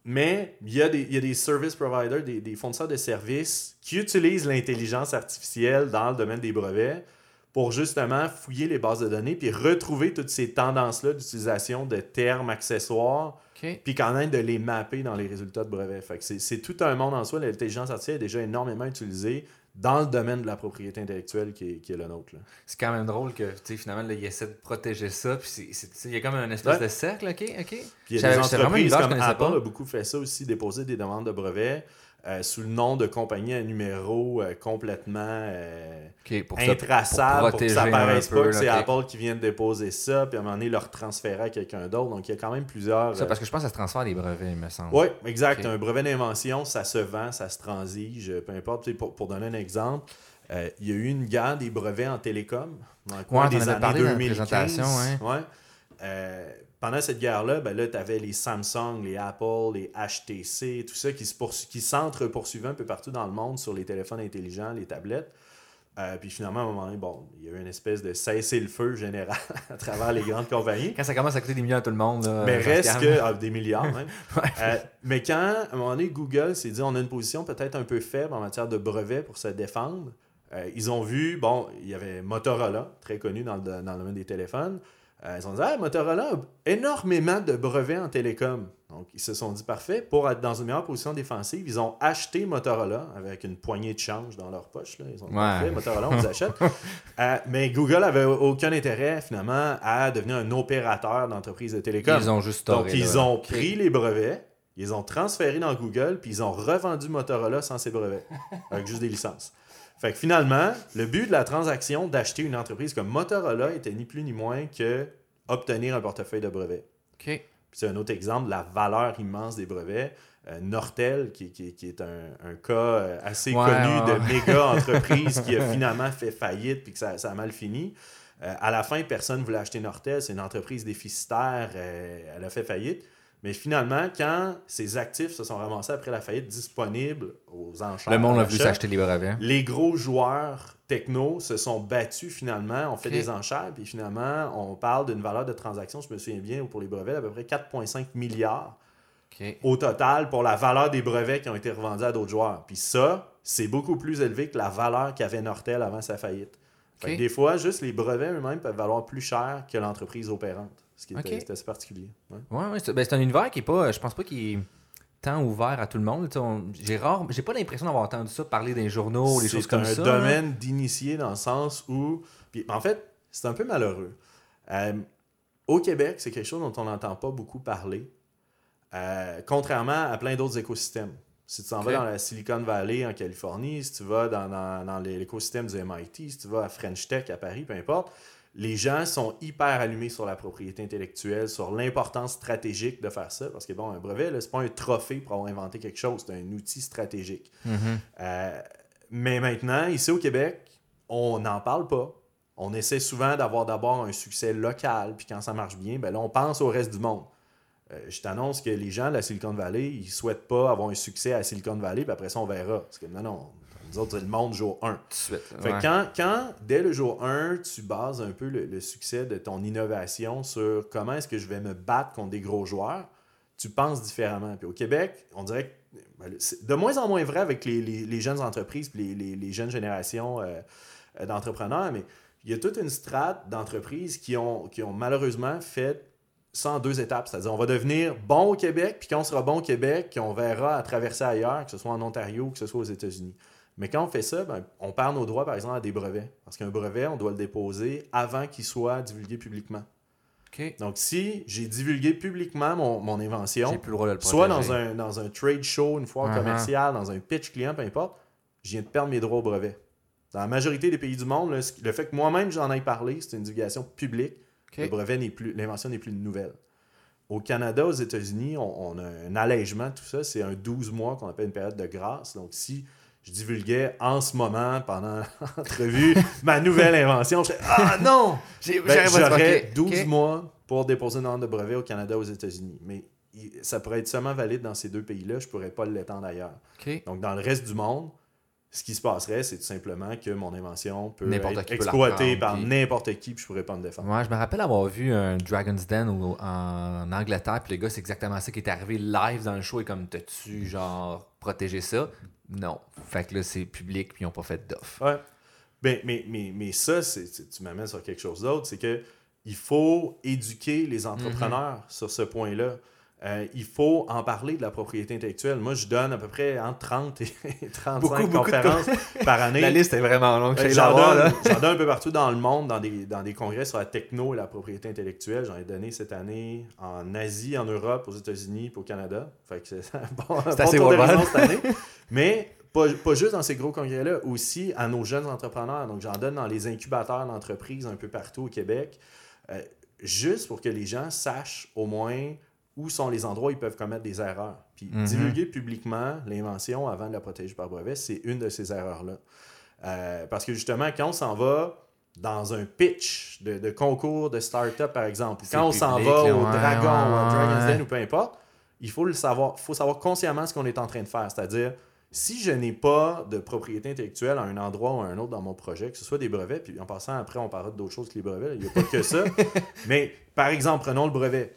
mais il y, a des, il y a des service providers, des, des fournisseurs de services qui utilisent l'intelligence artificielle dans le domaine des brevets pour justement fouiller les bases de données puis retrouver toutes ces tendances-là d'utilisation de termes accessoires OK. puis quand même de les mapper dans les résultats de brevets. Fait que c'est, c'est tout un monde en soi. L'intelligence artificielle est déjà énormément utilisée dans le domaine de la propriété intellectuelle qui est, qui est le nôtre. Là. C'est quand même drôle que, tu sais, finalement, là, il essaie de protéger ça. Puis c'est, c'est, c'est- il y a comme un espèce Ouais. de cercle, OK? OK. Puis il y a J'avais- des c'est vraiment une entreprises image que je comme connaissais Apple pas. a beaucoup fait ça aussi, déposer des demandes de brevets euh, sous le nom de compagnie à numéro euh, complètement euh, OK, pour ça- intraçable pour pour, que protéger ça un apparaisse peu, pas que là, c'est ok. Apple qui vient de déposer ça, puis à un moment donné, leur transférer à quelqu'un d'autre. Donc, il y a quand même plusieurs... Ça, euh, parce que je pense que ça se transfère les brevets, il me semble. Oui, exact. Ok. Un brevet d'invention, ça se vend, ça se transige, peu importe. Tu sais, Pour, pour donner un exemple, euh, il y a eu une guerre des brevets en télécom dans le coin Ouais, t'en des avais années parlé dans la deux mille quinze. présentation, ouais. Ouais. Euh, pendant cette guerre-là, ben là, tu avais les Samsung, les Apple, les H T C, tout ça qui, se poursu- qui s'entre-poursuivaient un peu partout dans le monde sur les téléphones intelligents, les tablettes. Euh, puis finalement, à un moment donné, bon, il y a eu une espèce de cessez-le-feu général à travers les grandes compagnies. Quand ça commence à coûter des millions à tout le monde, là, Mais ça se reste calme. que... ah, des milliards même. Euh, mais quand, à un moment donné, Google s'est dit on a une position peut-être un peu faible en matière de brevets pour se défendre, euh, ils ont vu, bon, il y avait Motorola, très connu dans le, dans le domaine des téléphones. Euh, ils ont dit ah, Motorola a énormément de brevets en télécom. Donc, ils se sont dit parfait, pour être dans une meilleure position défensive, ils ont acheté Motorola avec une poignée de change dans leur poche. Là. Ils ont dit Ouais. parfait, Motorola, on vous achète. Euh, mais Google avait aucun intérêt, finalement, à devenir un opérateur d'entreprise de télécom. Ils ont juste Donc, storé, ils là. ont Ok. pris les brevets, ils ont transféré dans Google, puis ils ont revendu Motorola sans ses brevets, avec juste des licences. Fait que finalement, le but de la transaction d'acheter une entreprise comme Motorola était ni plus ni moins que obtenir un portefeuille de brevets. OK. Puis c'est un autre exemple de la valeur immense des brevets. Euh, Nortel, qui, qui- qui est un, un cas euh, assez Ouais, connu ouais, de méga entreprise qui a finalement fait faillite puis que ça, ça a mal fini. Euh, à la fin, personne ne voulait acheter Nortel. C'est une entreprise déficitaire. euh, elle a fait faillite. Mais finalement, quand ces actifs se sont ramassés après la faillite disponibles aux enchères, Le monde à a voulu l'achat, s'acheter les brevets. les gros joueurs techno se sont battus finalement, on fait Ok. des enchères, puis finalement, on parle d'une valeur de transaction, je me souviens bien, pour les brevets, d'à peu près quatre virgule cinq milliards OK. au total pour la valeur des brevets qui ont été revendus à d'autres joueurs. Puis ça, c'est beaucoup plus élevé que la valeur qu'avait Nortel avant sa faillite. Fait que Ok. des fois, juste les brevets eux-mêmes peuvent valoir plus cher que l'entreprise opérante, ce qui était, Ok. c'était assez particulier. Ouais. Ouais, ouais, c'est, ben, c'est un univers qui est pas. Je pense pas qu'il est tant ouvert à tout le monde. Tu sais, on- j'ai rare. J'ai pas l'impression d'avoir entendu ça parler dans les journaux, des choses comme C'est ça. un là. domaine d'initié dans le sens où... Puis, en fait, c'est un peu malheureux. Euh, au Québec, c'est quelque chose dont on n'entend pas beaucoup parler, euh, contrairement à plein d'autres écosystèmes. Si tu t'en Ok. vas dans la Silicon Valley en Californie, si tu vas dans, dans, dans l'écosystème du M I T, si tu vas à French Tech à Paris, peu importe, les gens sont hyper allumés sur la propriété intellectuelle, sur l'importance stratégique de faire ça. Parce que, bon, un brevet, là, c'est pas un trophée pour avoir inventé quelque chose, c'est un outil stratégique. Mhm. Euh, mais maintenant, ici au Québec, on n'en parle pas. On essaie souvent d'avoir d'abord un succès local, puis quand ça marche bien, ben là, on pense au reste du monde. Euh, je t'annonce que les gens de la Silicon Valley, ils ne souhaitent pas avoir un succès à Silicon Valley, puis après ça, on verra. Parce que non, non, nous autres, c'est le monde jour un. Tout de suite. là, Fait que ouais. quand, quand, dès le jour un, tu bases un peu le, le succès de ton innovation sur comment est-ce que je vais me battre contre des gros joueurs, tu penses différemment. Puis au Québec, on dirait que ben, c'est de moins en moins vrai avec les, les- les jeunes entreprises et les, les- les jeunes générations euh, euh, d'entrepreneurs, mais il y a toute une strate d'entreprises qui ont, qui ont malheureusement fait ça en deux étapes. C'est-à-dire, on va devenir bon au Québec, puis quand on sera bon au Québec, on verra à traverser ailleurs, que ce soit en Ontario, que ce soit aux États-Unis. Mais quand on fait ça, ben, on perd nos droits, par exemple, à des brevets. Parce qu'un brevet, on doit le déposer avant qu'il soit divulgué publiquement. OK. Donc, si j'ai divulgué publiquement mon, mon invention, J'ai plus le droit de le soit dans protéger. un, dans un trade show, une foire Uh-huh. commerciale, dans un pitch client, peu importe, je viens de perdre mes droits au brevet. Dans la majorité des pays du monde, là, le fait que moi-même j'en aille parlé, c'est une divulgation publique. OK. Le brevet n'est plus, l'invention n'est plus une nouvelle. Au Canada, aux États-Unis, on, on a un allègement de tout ça. C'est un douze mois qu'on appelle une période de grâce. Donc, si je divulguais en ce moment, pendant l'entrevue, ma nouvelle invention, je serais « Ah non! » J'ai- Ben, j'aurais pas- J'aurais OK, douze OK. mois pour déposer une demande de brevet au Canada, aux États-Unis. Mais il- ça pourrait être seulement valide dans ces deux pays-là. Je ne pourrais pas l'étendre ailleurs. OK. Donc, dans le reste du monde, Ce qui se passerait, c'est tout simplement que mon invention peut N'importe être qui peut la exploitée reprendre, par puis- n'importe qui, puis je pourrais pas me défendre. Ouais, je me rappelle avoir vu un Dragon's Den au- en Angleterre, puis le gars, c'est exactement ça qui est arrivé live dans le show, et comme, t'as-tu, genre, protégé ça? Non. Fait que là, c'est public, puis ils n'ont pas fait d'offre. Ouais. Ben, mais, mais, mais ça, c'est, c'est- tu m'amènes sur quelque chose d'autre, c'est que il faut éduquer les entrepreneurs Mm-hmm. sur ce point-là. Euh, il faut en parler de la propriété intellectuelle. Moi, je donne à peu près entre trente et trente-cinq Beaucoup, beaucoup de conférences par année. La liste est vraiment longue. Euh, je sais J'en l'avoir, donne, là. j'en donne un peu partout dans le monde, dans des, dans des congrès sur la techno et la propriété intellectuelle. J'en ai donné cette année en Asie, en Europe, aux États-unis et au Canada. Fait que c'est un bon, C'est bon assez tour global. d'horizon cette année. Mais pas, pas juste dans ces gros congrès-là, aussi à nos jeunes entrepreneurs. Donc, j'en donne dans les incubateurs d'entreprises un peu partout au Québec, euh, juste pour que les gens sachent au moins où sont les endroits où ils peuvent commettre des erreurs. Puis Mhm. divulguer publiquement l'invention avant de la protéger par brevet, c'est une de ces erreurs-là. Euh, parce que justement, quand on s'en va dans un pitch de, de concours de start-up, par exemple, ou C'est quand on s'en public, va là, au ouais, Dragon ouais, ou à Dragon's ouais. Den ou peu importe, il faut le savoir, faut savoir consciemment ce qu'on est en train de faire. C'est-à-dire, si je n'ai pas de propriété intellectuelle à un endroit ou à un autre dans mon projet, que ce soit des brevets, puis en passant, après, on parlera d'autres choses que les brevets, là, il n'y a pas que ça. Mais, par exemple, prenons le brevet.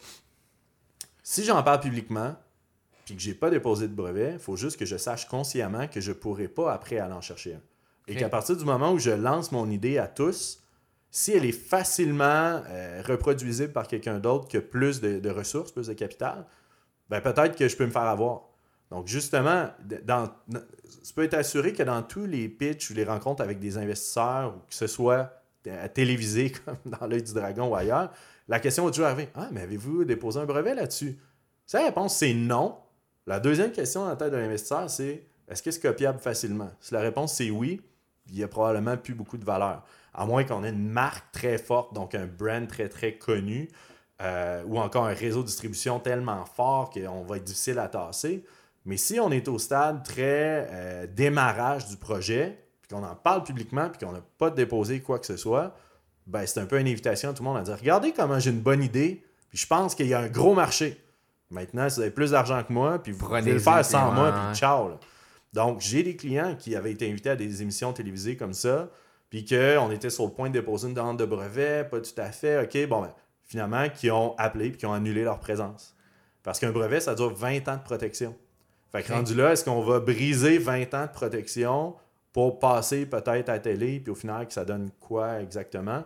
Si j'en parle publiquement, puis que je n'ai pas déposé de brevet, il faut juste que je sache consciemment que je ne pourrai pas après aller en chercher un. Et Ok. qu'à partir du moment où je lance mon idée à tous, si elle est facilement euh, reproduisible par quelqu'un d'autre qui a plus de, de ressources, plus de capital, ben peut-être que je peux me faire avoir. Donc, justement, dans, dans- tu peux être assuré que dans tous les pitchs ou les rencontres avec des investisseurs, ou que ce soit à télévisé comme dans l'œil du dragon ou ailleurs, la question va toujours arriver. Ah, mais avez-vous déposé un brevet là-dessus? Si la réponse c'est non, la deuxième question dans la tête de l'investisseur, c'est est-ce que c'est copiable facilement? Si la réponse c'est oui, il n'y a probablement plus beaucoup de valeur. À moins qu'on ait une marque très forte, donc un brand très très connu, euh, ou encore un réseau de distribution tellement fort qu'on va être difficile à tasser. Mais si on est au stade très euh, démarrage du projet, puis qu'on en parle publiquement, puis qu'on n'a pas déposé quoi que ce soit, ben c'est un peu une invitation à tout le monde à dire « Regardez comment j'ai une bonne idée, puis je pense qu'il y a un gros marché. Maintenant, si vous avez plus d'argent que moi, puis vous pouvez le Prenez-y, faire puis sans ouais, moi, ouais. puis ciao. » là. Donc, j'ai des clients qui avaient été invités à des émissions télévisées comme ça, puis qu'on était sur le point de déposer une demande de brevet, pas tout à fait, OK, bon, ben, finalement, qui ont appelé puis qui ont annulé leur présence. Parce qu'un brevet, ça dure vingt ans de protection. Fait que Ok. rendu là, est-ce qu'on va briser vingt ans de protection pour passer peut-être à la télé, puis au final, que ça donne quoi exactement?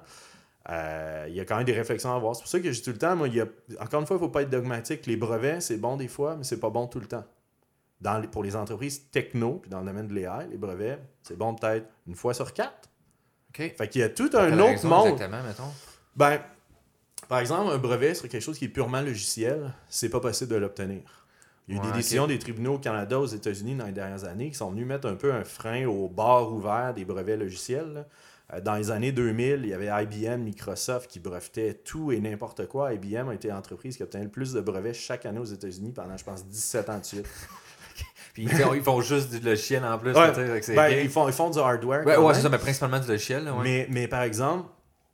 Euh, il y a quand même des réflexions à avoir. C'est pour ça que je dis tout le temps, moi, il y a, encore une fois, il ne faut pas être dogmatique. Les brevets, c'est bon des fois, mais c'est pas bon tout le temps. Dans les- pour les entreprises techno, puis dans le domaine de l'A I, les brevets, c'est bon peut-être une fois sur quatre. OK. Fait qu'il y a tout Pour un quelle autre raison monde. exactement, mettons? Ben, par exemple, un brevet sur quelque chose qui est purement logiciel, c'est pas possible de l'obtenir. Il y a eu Ouais, des ok. décisions des tribunaux au Canada, aux États-Unis dans les dernières années qui sont venus mettre un peu un frein au bar ouvert des brevets logiciels. là. Euh, Dans les années deux mille, il y avait I B M, Microsoft qui brevetaient tout et n'importe quoi. I B M a été l'entreprise qui obtenait le plus de brevets chaque année aux États-Unis pendant, je pense, dix-sept ans de suite. Puis ils font, ils font juste du logiciel en plus. Ouais, tu sais, fait que c'est Ben, gay. ils, font, ils font du hardware. Ouais, quand ouais, même. c'est ça, mais principalement du logiciel. Là, ouais. Mais, mais par exemple,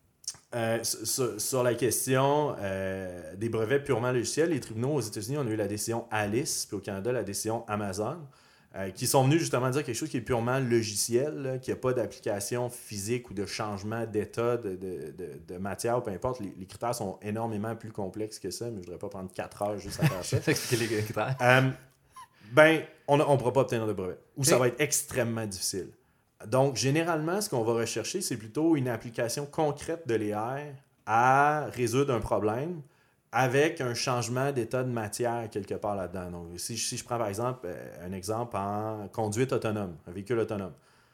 euh, sur, sur la question euh, des brevets purement logiciels, les tribunaux aux États-Unis ont eu la décision Alice, puis au Canada, la décision Amazon, euh, qui sont venus justement dire quelque chose qui est purement logiciel, là, qui n'a pas d'application physique ou de changement d'état de, de, de, de matière, peu importe. Les, les critères sont énormément plus complexes que ça, mais je ne voudrais pas prendre quatre heures juste à faire ça. Je vais expliquer les critères. Euh, ben, on ne pourra pas obtenir de brevet. Ou ça Ok. va être extrêmement difficile. Donc, généralement, ce qu'on va rechercher, c'est plutôt une application concrète de l'A I à résoudre un problème avec un changement d'état de matière quelque part là-dedans. Donc, si, si je prends par exemple euh, un exemple en conduite autonome, un véhicule autonome,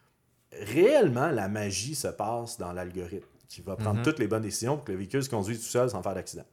réellement, la magie se passe dans l'algorithme qui va prendre Mhm. toutes les bonnes décisions pour que le véhicule se conduise tout seul sans faire d'accident.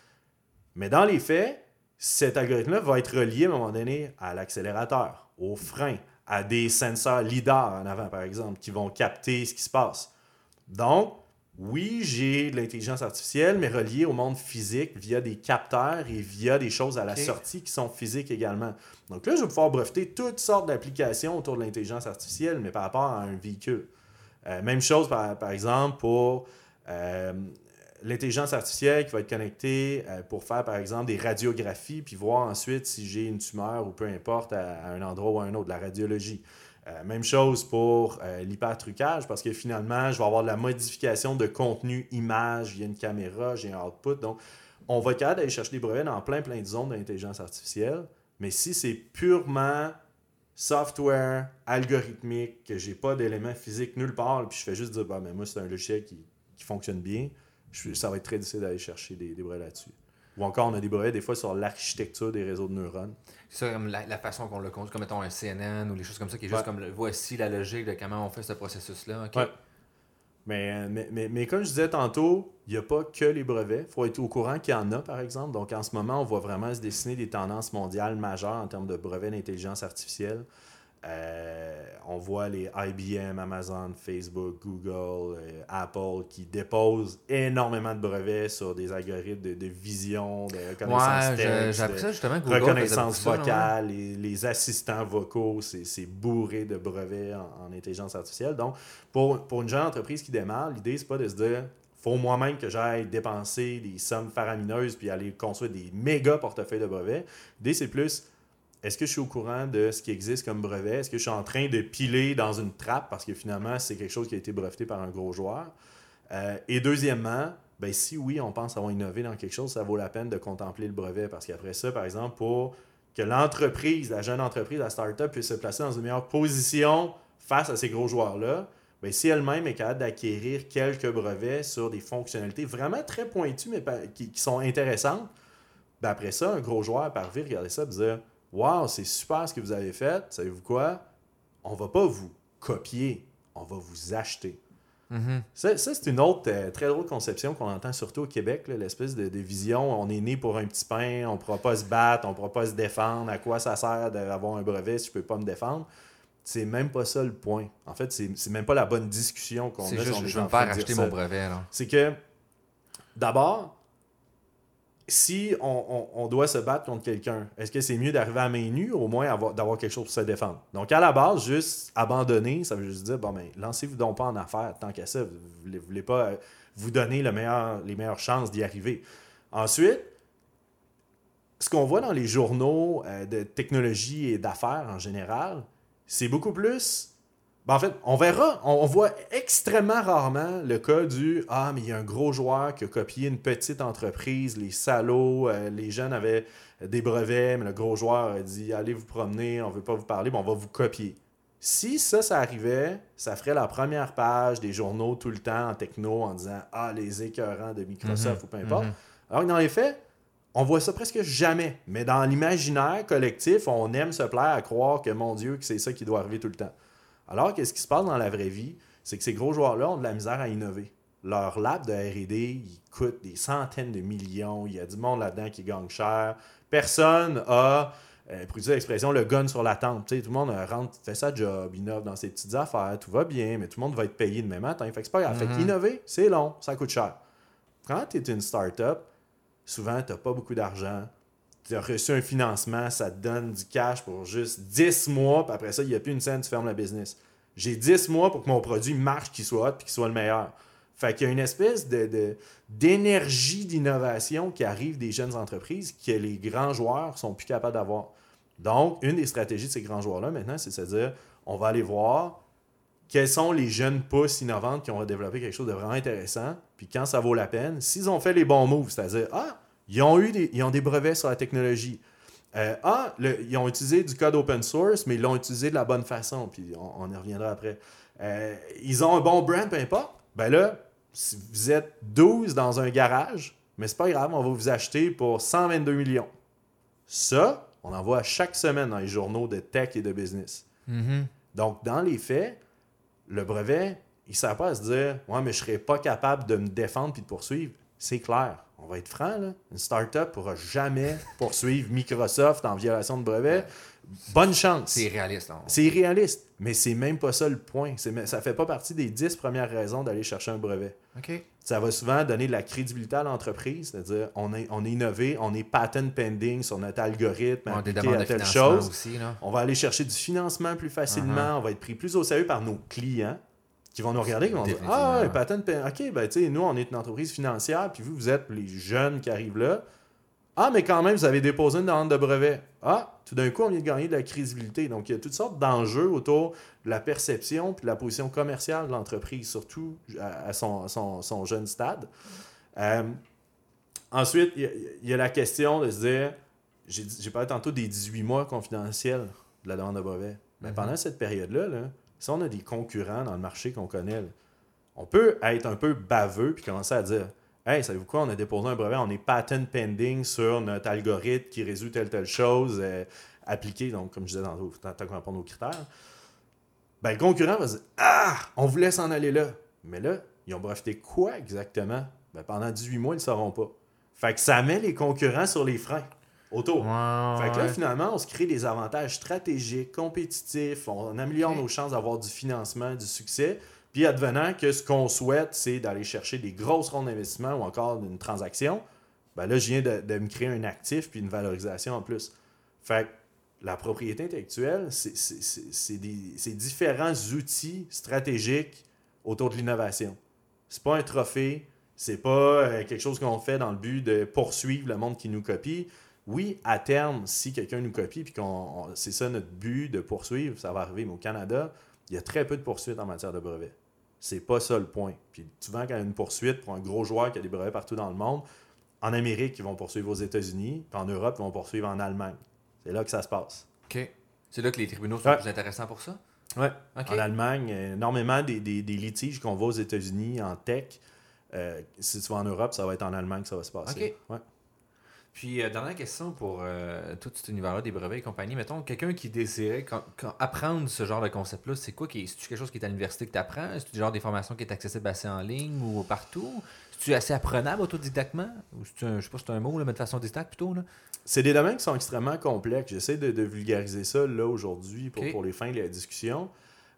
Mais dans les faits, cet algorithme-là va être relié à un moment donné à l'accélérateur, au frein, à des senseurs lidar en avant, par exemple, qui vont capter ce qui se passe. Donc, oui, j'ai de l'intelligence artificielle, mais reliée au monde physique via des capteurs et via des choses à la Ok. sortie qui sont physiques également. Donc là, je vais pouvoir breveter toutes sortes d'applications autour de l'intelligence artificielle, mais par rapport à un véhicule. Euh, même chose, par, par exemple, pour euh, l'intelligence artificielle qui va être connectée euh, pour faire, par exemple, des radiographies, puis voir ensuite si j'ai une tumeur ou peu importe à, à un endroit ou à un autre, de la radiologie. Euh, même chose pour euh, l'hypertrucage, parce que finalement, je vais avoir de la modification de contenu, image, il y a une caméra, j'ai un output. Donc, on va être capable d'aller chercher des brevets dans plein, plein de zones d'intelligence artificielle. Mais si c'est purement software, algorithmique, que j'ai pas d'éléments physiques nulle part, puis je fais juste dire, bah, mais moi, c'est un logiciel qui, qui fonctionne bien, je, ça va être très difficile d'aller chercher des, des brevets là-dessus. Ou encore, on a des brevets des fois sur l'architecture des réseaux de neurones. C'est ça, comme la, la façon qu'on le conduit, comme mettons un C N N ou les choses comme ça, qui est Ouais. juste comme le, voici la logique de comment on fait ce processus-là. Okay. Ouais. Mais, mais, mais, mais comme je disais tantôt, il n'y a pas que les brevets. Il faut être au courant qu'il y en a, par exemple. Donc, en ce moment, on voit vraiment se dessiner des tendances mondiales majeures en termes de brevets d'intelligence artificielle. Euh, on voit les I B M, Amazon, Facebook, Google, euh, Apple qui déposent énormément de brevets sur des algorithmes de, de vision, de reconnaissance ouais, texte, j'ai appris ça justement. Google reconnaissance ça, vocale, les, les assistants vocaux, c'est, c'est bourré de brevets en, en intelligence artificielle. Donc, pour, pour une jeune entreprise qui démarre, l'idée, c'est pas de se dire faut moi-même que j'aille dépenser des sommes faramineuses puis aller construire des méga portefeuilles de brevets. L'idée, c'est plus est-ce que je suis au courant de ce qui existe comme brevet? Est-ce que je suis en train de piler dans une trappe parce que finalement, c'est quelque chose qui a été breveté par un gros joueur? Euh, et deuxièmement, ben, si oui, on pense avoir innové dans quelque chose, ça vaut la peine de contempler le brevet parce qu'après ça, par exemple, pour que l'entreprise, la jeune entreprise, la start-up puisse se placer dans une meilleure position face à ces gros joueurs-là, ben, si elle-même est capable d'acquérir quelques brevets sur des fonctionnalités vraiment très pointues mais qui, qui sont intéressantes, ben, après ça, un gros joueur par vie, regarder ça et dire wow, c'est super ce que vous avez fait. Savez-vous quoi? On ne va pas vous copier, on va vous acheter. Mm-hmm. Ça, ça, c'est une autre euh, très drôle conception qu'on entend surtout au Québec, là, l'espèce de, de vision. On est né pour un petit pain, on ne pourra pas se battre, on ne pourra pas se défendre. À quoi ça sert d'avoir un brevet si je ne peux pas me défendre? C'est même pas ça le point. En fait, c'est, c'est même pas la bonne discussion qu'on c'est a. Juste, si on est je veux en me train faire de dire acheter ça. mon brevet. Là. C'est que, d'abord, si on, on, on doit se battre contre quelqu'un, est-ce que c'est mieux d'arriver à main nue ou au moins avoir, d'avoir quelque chose pour se défendre? Donc, à la base, juste abandonner, ça veut juste dire, bon, ben, lancez-vous donc pas en affaires tant qu'à ça. Vous ne voulez pas vous donner le meilleur, les meilleures chances d'y arriver. Ensuite, ce qu'on voit dans les journaux euh, de technologie et d'affaires en général, c'est beaucoup plus... Ben en fait, on verra, on, on voit extrêmement rarement le cas du « Ah, mais il y a un gros joueur qui a copié une petite entreprise, les salauds, euh, les jeunes avaient des brevets, mais le gros joueur a dit « Allez vous promener, on ne veut pas vous parler, ben on va vous copier. » Si ça, ça arrivait, ça ferait la première page des journaux tout le temps en techno en disant « Ah, les écœurants de Microsoft mm-hmm. » ou peu importe. Mm-hmm. Alors que dans les faits, on voit ça presque jamais. Mais dans l'imaginaire collectif, on aime se plaire à croire que, mon Dieu, que c'est ça qui doit arriver tout le temps. Alors, qu'est-ce qui se passe dans la vraie vie? C'est que ces gros joueurs-là ont de la misère à innover. Leur lab de R et D, il coûte des centaines de millions. Il y a du monde là-dedans qui gagne cher. Personne a, euh, pour utiliser l'expression, le gun sur la tempe. T'sais, tout le monde rentre, fait sa job, innove dans ses petites affaires, tout va bien, mais tout le monde va être payé demain matin. Fait que c'est pas grave. Mm-hmm. Fait qu'innover, c'est long, ça coûte cher. Quand tu es une start-up, souvent, tu n'as pas beaucoup d'argent. Tu as reçu un financement, ça te donne du cash pour juste dix mois, puis après ça, il n'y a plus une scène, tu fermes la business. J'ai dix mois pour que mon produit marche, qu'il soit hot, puis qu'il soit le meilleur. Fait qu'il y a une espèce de, de, d'énergie d'innovation qui arrive des jeunes entreprises que les grands joueurs sont plus capables d'avoir. Donc, une des stratégies de ces grands joueurs-là, maintenant, c'est de se dire, on va aller voir quelles sont les jeunes pousses innovantes qui ont développé quelque chose de vraiment intéressant, puis quand ça vaut la peine, s'ils ont fait les bons moves, c'est-à-dire, ah, Ils ont eu des, ils ont des brevets sur la technologie. Euh, ah, le, ils ont utilisé du code open source, mais ils l'ont utilisé de la bonne façon. Puis on, on y reviendra après. Euh, ils ont un bon brand, peu importe. Ben là, si vous êtes douze dans un garage, mais c'est pas grave, on va vous acheter pour cent vingt-deux millions. Ça, on en voit chaque semaine dans les journaux de tech et de business. Mm-hmm. Donc, dans les faits, le brevet, il ne sert pas à se dire « Ouais, mais je ne serais pas capable de me défendre puis de poursuivre. » C'est clair. On va être franc, là. Une start-up ne pourra jamais poursuivre Microsoft en violation de brevet. Bonne chance. C'est irréaliste. On... C'est irréaliste, mais c'est même pas ça le point. C'est, ça fait pas partie des dix premières raisons d'aller chercher un brevet. Okay. Ça va souvent donner de la crédibilité à l'entreprise, c'est-à-dire on est, on est innové, on est patent pending sur notre algorithme on appliqué à de telle chose. Aussi, là. On va aller chercher du financement plus facilement, uh-huh. on va être pris plus au sérieux par nos clients qui vont nous regarder, qui vont dire « Ah, ouais, patent pending, ok, ben tu sais, nous, on est une entreprise financière, puis vous, vous êtes les jeunes qui arrivent là. Ah, mais quand même, vous avez déposé une demande de brevet. Ah, tout d'un coup, on vient de gagner de la crédibilité. Donc, il y a toutes sortes d'enjeux autour de la perception puis de la position commerciale de l'entreprise, surtout à, à son, à son, son jeune stade. Euh, ensuite, il y, y a la question de se dire, j'ai, j'ai parlé tantôt des dix-huit mois confidentiels de la demande de brevet. Mais mm-hmm. pendant cette période-là, là, si on a des concurrents dans le marché qu'on connaît, là, on peut être un peu baveux puis commencer à dire « Hey, savez-vous quoi, on a déposé un brevet, on est patent pending sur notre algorithme qui résout telle telle chose euh, appliquée. » Donc, comme je disais tantôt, tant qu'on répond aux critères. Ben, le concurrent va se dire « Ah, on vous laisse en aller là. » Mais là, ils ont breveté quoi exactement? Ben, pendant dix-huit mois, ils ne le sauront pas. Fait que ça met les concurrents sur les freins autour. Wow, fait que là, ouais. finalement, on se crée des avantages stratégiques, compétitifs, on améliore okay. nos chances d'avoir du financement, du succès. Puis advenant que ce qu'on souhaite, c'est d'aller chercher des grosses rondes d'investissement ou encore une transaction, ben là, je viens de, de me créer un actif puis une valorisation en plus. Fait que la propriété intellectuelle, c'est, c'est, c'est, c'est, des, c'est différents outils stratégiques autour de l'innovation. C'est pas un trophée, c'est pas euh, quelque chose qu'on fait dans le but de poursuivre le monde qui nous copie. Oui, à terme, si quelqu'un nous copie puis qu'on on, c'est ça notre but de poursuivre, ça va arriver. Mais au Canada, il y a très peu de poursuites en matière de brevets. C'est pas ça le point. Puis souvent, quand il y a une poursuite pour un gros joueur qui a des brevets partout dans le monde, en Amérique, ils vont poursuivre aux États-Unis, puis en Europe, ils vont poursuivre en Allemagne. C'est là que ça se passe. OK. C'est là que les tribunaux sont ouais. plus intéressants pour ça? Oui. Okay. En Allemagne, énormément des, des, des litiges qu'on voit aux États-Unis en tech, euh, si tu vas en Europe, ça va être en Allemagne que ça va se passer. OK. Ouais. Puis, euh, dernière question pour euh, tout cet univers-là des brevets et compagnie. Mettons, quelqu'un qui désirait quand, quand apprendre ce genre de concept-là, c'est quoi? Qui est, c'est-tu quelque chose qui est à l'université que tu apprends? C'est-tu du genre des formations qui est accessible assez en ligne ou partout? C'est-tu assez apprenable autodidactement? Ou c'est-tu un, je sais pas si c'est un mot, là, mais de façon didacte plutôt? Là? C'est des domaines qui sont extrêmement complexes. J'essaie de, de vulgariser ça là aujourd'hui pour, okay. pour les fins de la discussion.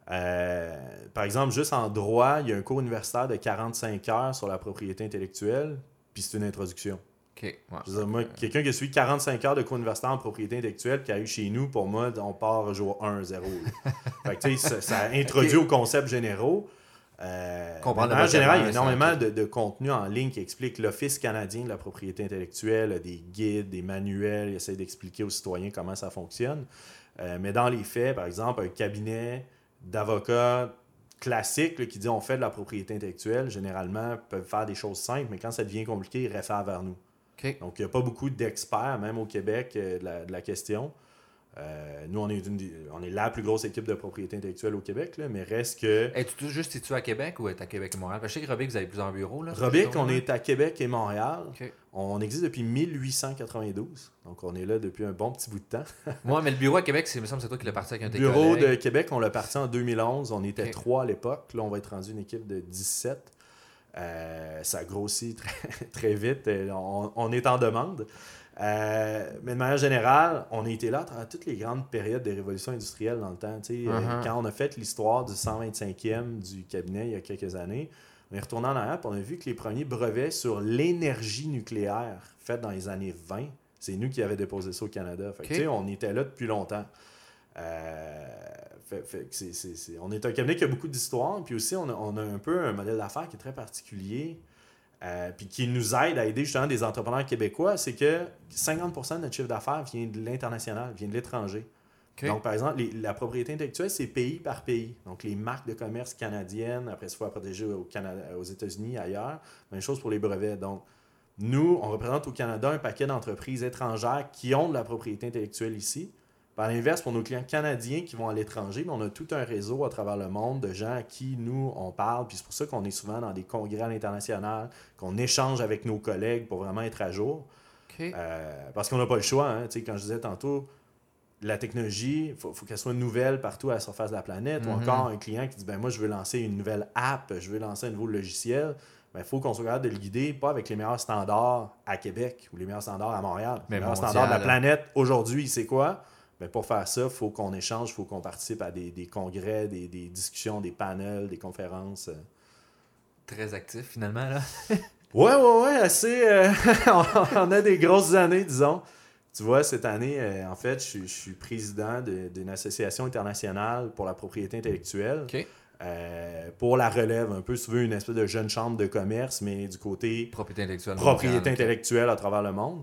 Euh, par exemple, juste en droit, il y a un cours universitaire de quarante-cinq heures sur la propriété intellectuelle, puis c'est une introduction. Okay. Ouais. Je veux dire, moi, quelqu'un qui a suivi quarante-cinq heures de cours universitaire en propriété intellectuelle qui arrive chez nous, pour moi, on part jour un zéro. Fait que, tu sais, ça, ça introduit okay. aux concepts généraux. Euh, en général, il y a énormément de, de contenu en ligne qui explique l'Office canadien de la propriété intellectuelle, des guides, des manuels, il essaie d'expliquer aux citoyens comment ça fonctionne. Euh, mais dans les faits, par exemple, un cabinet d'avocats classique là, qui dit on fait de la propriété intellectuelle, généralement, peuvent faire des choses simples, mais quand ça devient compliqué, ils réfèrent vers nous. Okay. Donc, il n'y a pas beaucoup d'experts, même au Québec, euh, de, la, de la question. Euh, nous, on est, une, on est la plus grosse équipe de propriété intellectuelle au Québec, là, mais reste que... Es-tu juste es-tu à Québec ou est à Québec et Montréal? Parce que je sais que Robic, vous avez plusieurs bureaux. Là, Robic, on est à Québec et Montréal. Okay. On existe depuis dix-huit cent quatre-vingt-douze. Donc, on est là depuis un bon petit bout de temps. Moi, mais le bureau à Québec, c'est, il me semble que c'est toi qui l'as parti avec un de tes bureau collègues. de Québec, on l'a parti en deux mille onze. On était okay. trois à l'époque. Là, on va être rendu une équipe de dix-sept. Euh, ça grossit très, très vite. On, on est en demande. Euh, mais de manière générale, on a été là à toutes les grandes périodes des révolutions industrielles dans le temps. Uh-huh. Euh, quand on a fait l'histoire du cent vingt-cinquième du cabinet il y a quelques années, on est retourné en arrière et on a vu que les premiers brevets sur l'énergie nucléaire faits dans les années vingt, c'est nous qui avions déposé ça au Canada. Fait okay. que, on était là depuis longtemps. Euh, fait, fait que c'est, c'est, c'est, on est un cabinet qui a beaucoup d'histoire, puis aussi on a, on a un peu un modèle d'affaires qui est très particulier. Euh, puis qui nous aide à aider justement des entrepreneurs québécois, c'est que cinquante pour cent de notre chiffre d'affaires vient de l'international, vient de l'étranger. Okay. Donc, par exemple, les, la propriété intellectuelle, c'est pays par pays. Donc, les marques de commerce canadiennes, après, il faut la protéger au Canada, aux États-Unis, ailleurs. Même chose pour les brevets. Donc, nous, on représente au Canada un paquet d'entreprises étrangères qui ont de la propriété intellectuelle ici. À l'inverse, pour nos clients canadiens qui vont à l'étranger, on a tout un réseau à travers le monde de gens à qui nous, on parle. Puis c'est pour ça qu'on est souvent dans des congrès à l'international, qu'on échange avec nos collègues pour vraiment être à jour. Okay. Euh, parce qu'on n'a pas le choix. Hein. Quand je disais tantôt, la technologie, il faut, faut qu'elle soit nouvelle partout à la surface de la planète. Mm-hmm. Ou encore un client qui dit ben moi, je veux lancer une nouvelle app, je veux lancer un nouveau logiciel. Il ben, faut qu'on soit capable de le guider, pas avec les meilleurs standards à Québec ou les meilleurs standards à Montréal. Mais les meilleurs mondial, standards de la là. Planète, aujourd'hui, c'est quoi? Ben pour faire ça, il faut qu'on échange, il faut qu'on participe à des, des congrès, des, des discussions, des panels, des conférences. Très actif, finalement, là. ouais, ouais, ouais, assez. Euh, on a des grosses années, disons. Tu vois, cette année, euh, en fait, je, je suis président de, d'une association internationale pour la propriété intellectuelle. OK. Euh, pour la relève, un peu, si tu veux, une espèce de jeune chambre de commerce, mais du côté propriété intellectuelle, propriété mondiale, intellectuelle okay. à travers le monde.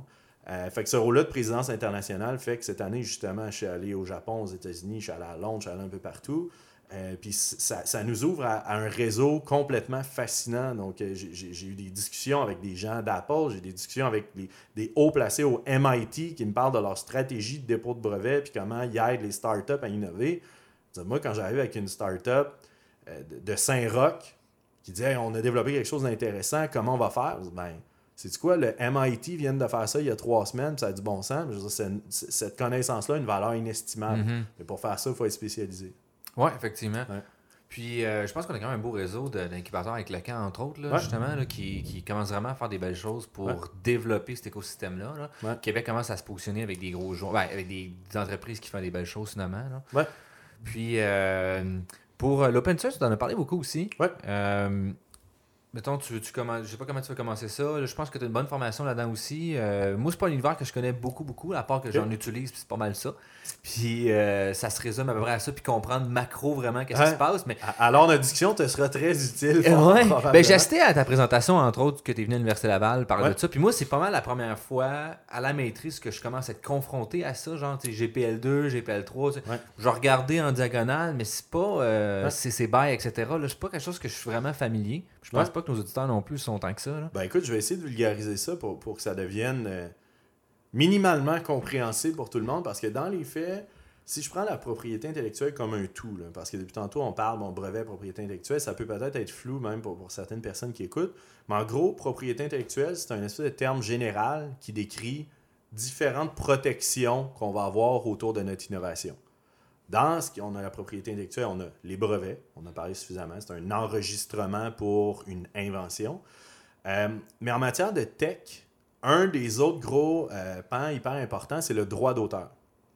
Euh, fait que ce rôle-là de présidence internationale fait que cette année, justement, je suis allé au Japon, aux États-Unis, je suis allé à Londres, je suis allé un peu partout. Euh, puis ça, ça nous ouvre à, à un réseau complètement fascinant. Donc, euh, j'ai, j'ai eu des discussions avec des gens d'Apple, j'ai des discussions avec les, des hauts placés au M I T qui me parlent de leur stratégie de dépôt de brevets puis comment ils aident les startups à innover. Moi, quand j'arrive avec une startup euh, de, de Saint-Roch qui dit hey, on a développé quelque chose d'intéressant, comment on va faire? Je dis, ben, c'est quoi, le M I T vient de faire ça il y a trois semaines, puis ça a du bon sens. Je veux dire, c'est une, c'est, cette connaissance-là a une valeur inestimable. Mm-hmm. Mais pour faire ça, il faut être spécialisé. Oui, effectivement. Ouais. Puis, euh, je pense qu'on a quand même un beau réseau de, d'incubateurs avec le camp, entre autres, là, ouais. justement, là, qui, qui commence vraiment à faire des belles choses pour ouais. développer cet écosystème-là. Là. Ouais. Québec commence à se positionner avec des gros joueurs, ben, avec des, des entreprises qui font des belles choses, finalement. Là. Ouais. Puis, euh, pour l'open source, tu en as parlé beaucoup aussi. Ouais. Euh, Mettons, tu, tu commences, je sais pas comment tu vas commencer ça. Là, je pense que tu as une bonne formation là-dedans aussi. Euh, moi, c'est pas un univers que je connais beaucoup, beaucoup, à part que okay. j'en utilise, puis c'est pas mal ça. Puis euh, ça se résume à peu près à ça, puis comprendre macro vraiment qu'est-ce ouais. qui se passe. Mais... Alors, notre discussion te sera très utile. Euh, ouais. ben, j'ai assisté à ta présentation, entre autres, que tu es venu à l'Université Laval parler ouais. de ça. Puis moi, c'est pas mal la première fois à la maîtrise que je commence à être confronté à ça. Genre, G P L deux, G P L trois. Ouais. Je regardais en diagonale, mais c'est pas euh, ouais. C C B Y, et cetera. Là, c'est pas quelque chose que je suis vraiment familier. Je pense ouais. pas que nos auditeurs non plus sont tant que ça. Là. Ben écoute, je vais essayer de vulgariser ça pour, pour que ça devienne euh, minimalement compréhensible pour tout le monde, parce que dans les faits, si je prends la propriété intellectuelle comme un tout, là, parce que depuis tantôt on parle, bon, brevet, propriété intellectuelle, ça peut peut-être être flou même pour, pour certaines personnes qui écoutent, mais en gros, propriété intellectuelle, c'est un espèce de terme général qui décrit différentes protections qu'on va avoir autour de notre innovation. Dans ce qu'on a la propriété intellectuelle, on a les brevets, on en a parlé suffisamment, c'est un enregistrement pour une invention. Euh, mais en matière de tech, un des autres gros euh, pans hyper importants, c'est le droit d'auteur.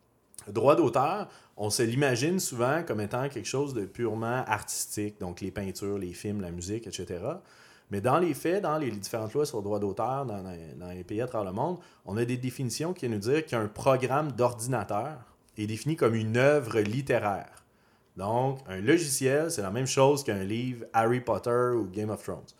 Le droit d'auteur, on se l'imagine souvent comme étant quelque chose de purement artistique, donc les peintures, les films, la musique, et cetera. Mais dans les faits, dans les différentes lois sur le droit d'auteur dans, dans les pays à travers le monde, on a des définitions qui nous disent qu'un programme d'ordinateur est défini comme une œuvre littéraire. Donc, un logiciel, c'est la même chose qu'un livre Harry Potter ou Game of Thrones.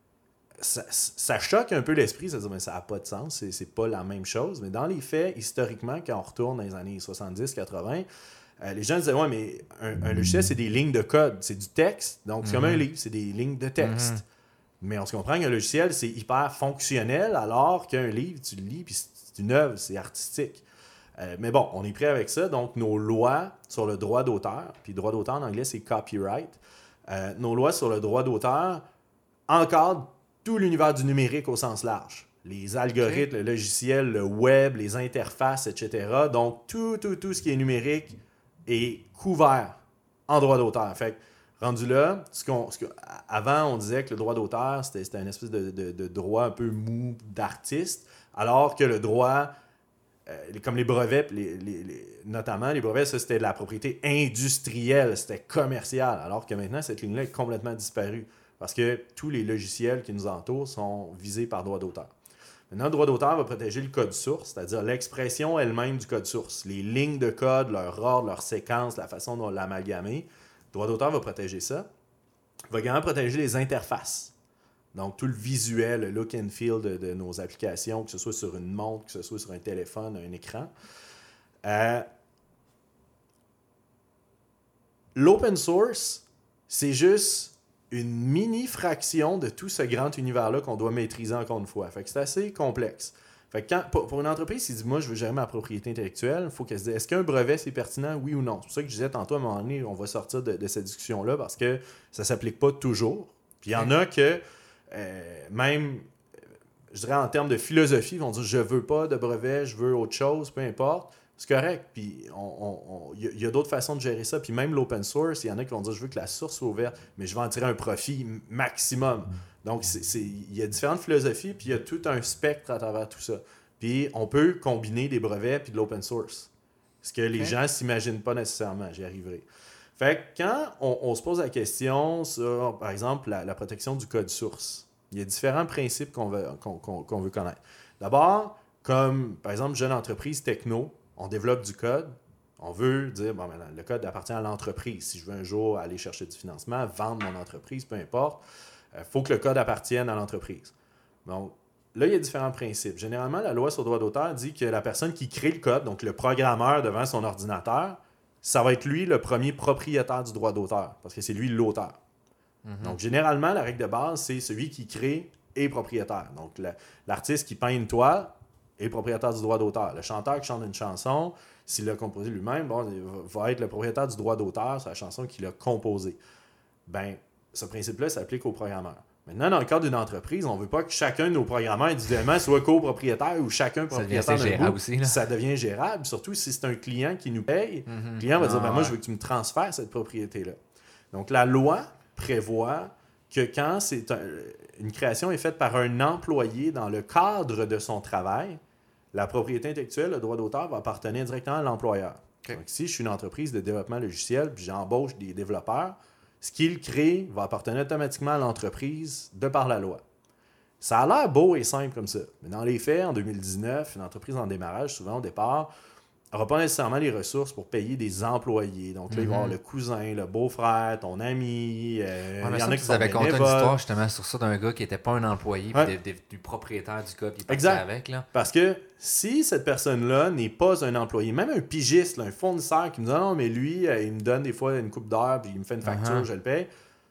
Ça, ça choque un peu l'esprit, ça veut dire, mais ça n'a pas de sens, c'est, c'est pas la même chose. Mais dans les faits, historiquement, quand on retourne dans les années soixante-dix quatre-vingts, euh, les gens disaient, ouais, mais un, un logiciel, c'est des lignes de code, c'est du texte, donc c'est mm-hmm. comme un livre, c'est des lignes de texte. Mm-hmm. Mais on se comprend qu'un logiciel, c'est hyper fonctionnel, alors qu'un livre, tu le lis, puis c'est une œuvre, c'est artistique. Euh, mais bon, on est prêt avec ça. Donc, nos lois sur le droit d'auteur, puis droit d'auteur en anglais, c'est copyright. Euh, nos lois sur le droit d'auteur encadrent tout l'univers du numérique au sens large. Les algorithmes, okay. le logiciel, le web, les interfaces, et cetera. Donc, tout, tout, tout ce qui est numérique est couvert en droit d'auteur. Fait que, rendu là, ce qu'on, ce que, avant, on disait que le droit d'auteur, c'était, c'était une espèce de, de, de droit un peu mou d'artiste, alors que le droit... Euh, comme les brevets, les, les, les, notamment les brevets, ça c'était de la propriété industrielle, c'était commercial, alors que maintenant cette ligne-là est complètement disparue parce que tous les logiciels qui nous entourent sont visés par droit d'auteur. Maintenant, le droit d'auteur va protéger le code source, c'est-à-dire l'expression elle-même du code source, les lignes de code, leur ordre, leur séquence, la façon dont on l'a amalgamé. Le droit d'auteur va protéger ça. Il va également protéger les interfaces. Donc, tout le visuel, le look and feel de, de nos applications, que ce soit sur une montre, que ce soit sur un téléphone, un écran. Euh, l'open source, c'est juste une mini-fraction de tout ce grand univers-là qu'on doit maîtriser encore une fois. Fait que c'est assez complexe. Fait que quand, pour, pour une entreprise qui dit « moi, je veux gérer ma propriété intellectuelle », il faut qu'elle se dise « est-ce qu'un brevet, c'est pertinent, oui ou non ?» C'est pour ça que je disais tantôt, à un moment donné, on va sortir de, de cette discussion-là parce que ça ne s'applique pas toujours. Puis il y en a que... Euh, même, je dirais en termes de philosophie, ils vont dire « je veux pas de brevet, je veux autre chose, peu importe ». C'est correct. Puis il y, y a d'autres façons de gérer ça. Puis même l'open source, il y en a qui vont dire « je veux que la source soit ouverte, mais je vais en tirer un profit maximum ». Donc il y a différentes philosophies, puis il y a tout un spectre à travers tout ça. Puis on peut combiner des brevets puis de l'open source. Ce que okay. les gens ne s'imaginent pas nécessairement. J'y arriverai. Fait que quand on, on se pose la question sur, par exemple, la, la protection du code source, il y a différents principes qu'on veut, qu'on, qu'on, qu'on veut connaître. D'abord, comme, par exemple, jeune entreprise techno, on développe du code, on veut dire, bon, ben, le code appartient à l'entreprise. Si je veux un jour aller chercher du financement, vendre mon entreprise, peu importe, il euh, faut que le code appartienne à l'entreprise. Donc, là, il y a différents principes. Généralement, la loi sur le droit d'auteur dit que la personne qui crée le code, donc le programmeur devant son ordinateur, ça va être lui le premier propriétaire du droit d'auteur, parce que c'est lui l'auteur. Mm-hmm. Donc, généralement, la règle de base, c'est celui qui crée est propriétaire. Donc, le, l'artiste qui peint une toile est propriétaire du droit d'auteur. Le chanteur qui chante une chanson, s'il l'a composé lui-même, bon, il va être le propriétaire du droit d'auteur sur la chanson qu'il a composée. Ben, ce principe-là s'applique aux programmeurs. Maintenant, dans le cadre d'une entreprise, on ne veut pas que chacun de nos programmeurs individuellement soit copropriétaire ou chacun propriétaire d'un bout. Aussi, là. Ça devient gérable, surtout si c'est un client qui nous paye. Mm-hmm. Le client va ah, dire, ben, ouais. moi, je veux que tu me transfères cette propriété-là. Donc, la loi prévoit que quand c'est un, une création est faite par un employé dans le cadre de son travail, la propriété intellectuelle, le droit d'auteur, va appartenir directement à l'employeur. Okay. Donc, si je suis une entreprise de développement logiciel puis j'embauche des développeurs, ce qu'ils créent va appartenir automatiquement à l'entreprise de par la loi. Ça a l'air beau et simple comme ça. Mais dans les faits, en deux mille dix-neuf, une entreprise en démarrage, souvent au départ, n'aura pas nécessairement les ressources pour payer des employés. Donc là, mm-hmm. il va y avoir le cousin, le beau-frère, ton ami. Euh, ouais, il y en a qui sont bénévoles. Conté une histoire justement sur ça d'un gars qui n'était pas un employé, ouais. puis du propriétaire du code qui partait avec. Là. Parce que si cette personne-là n'est pas un employé, même un pigiste, là, un fournisseur qui me dit « Non, mais lui, euh, il me donne des fois une coupe d'heure, puis il me fait une facture, uh-huh. je le paye. »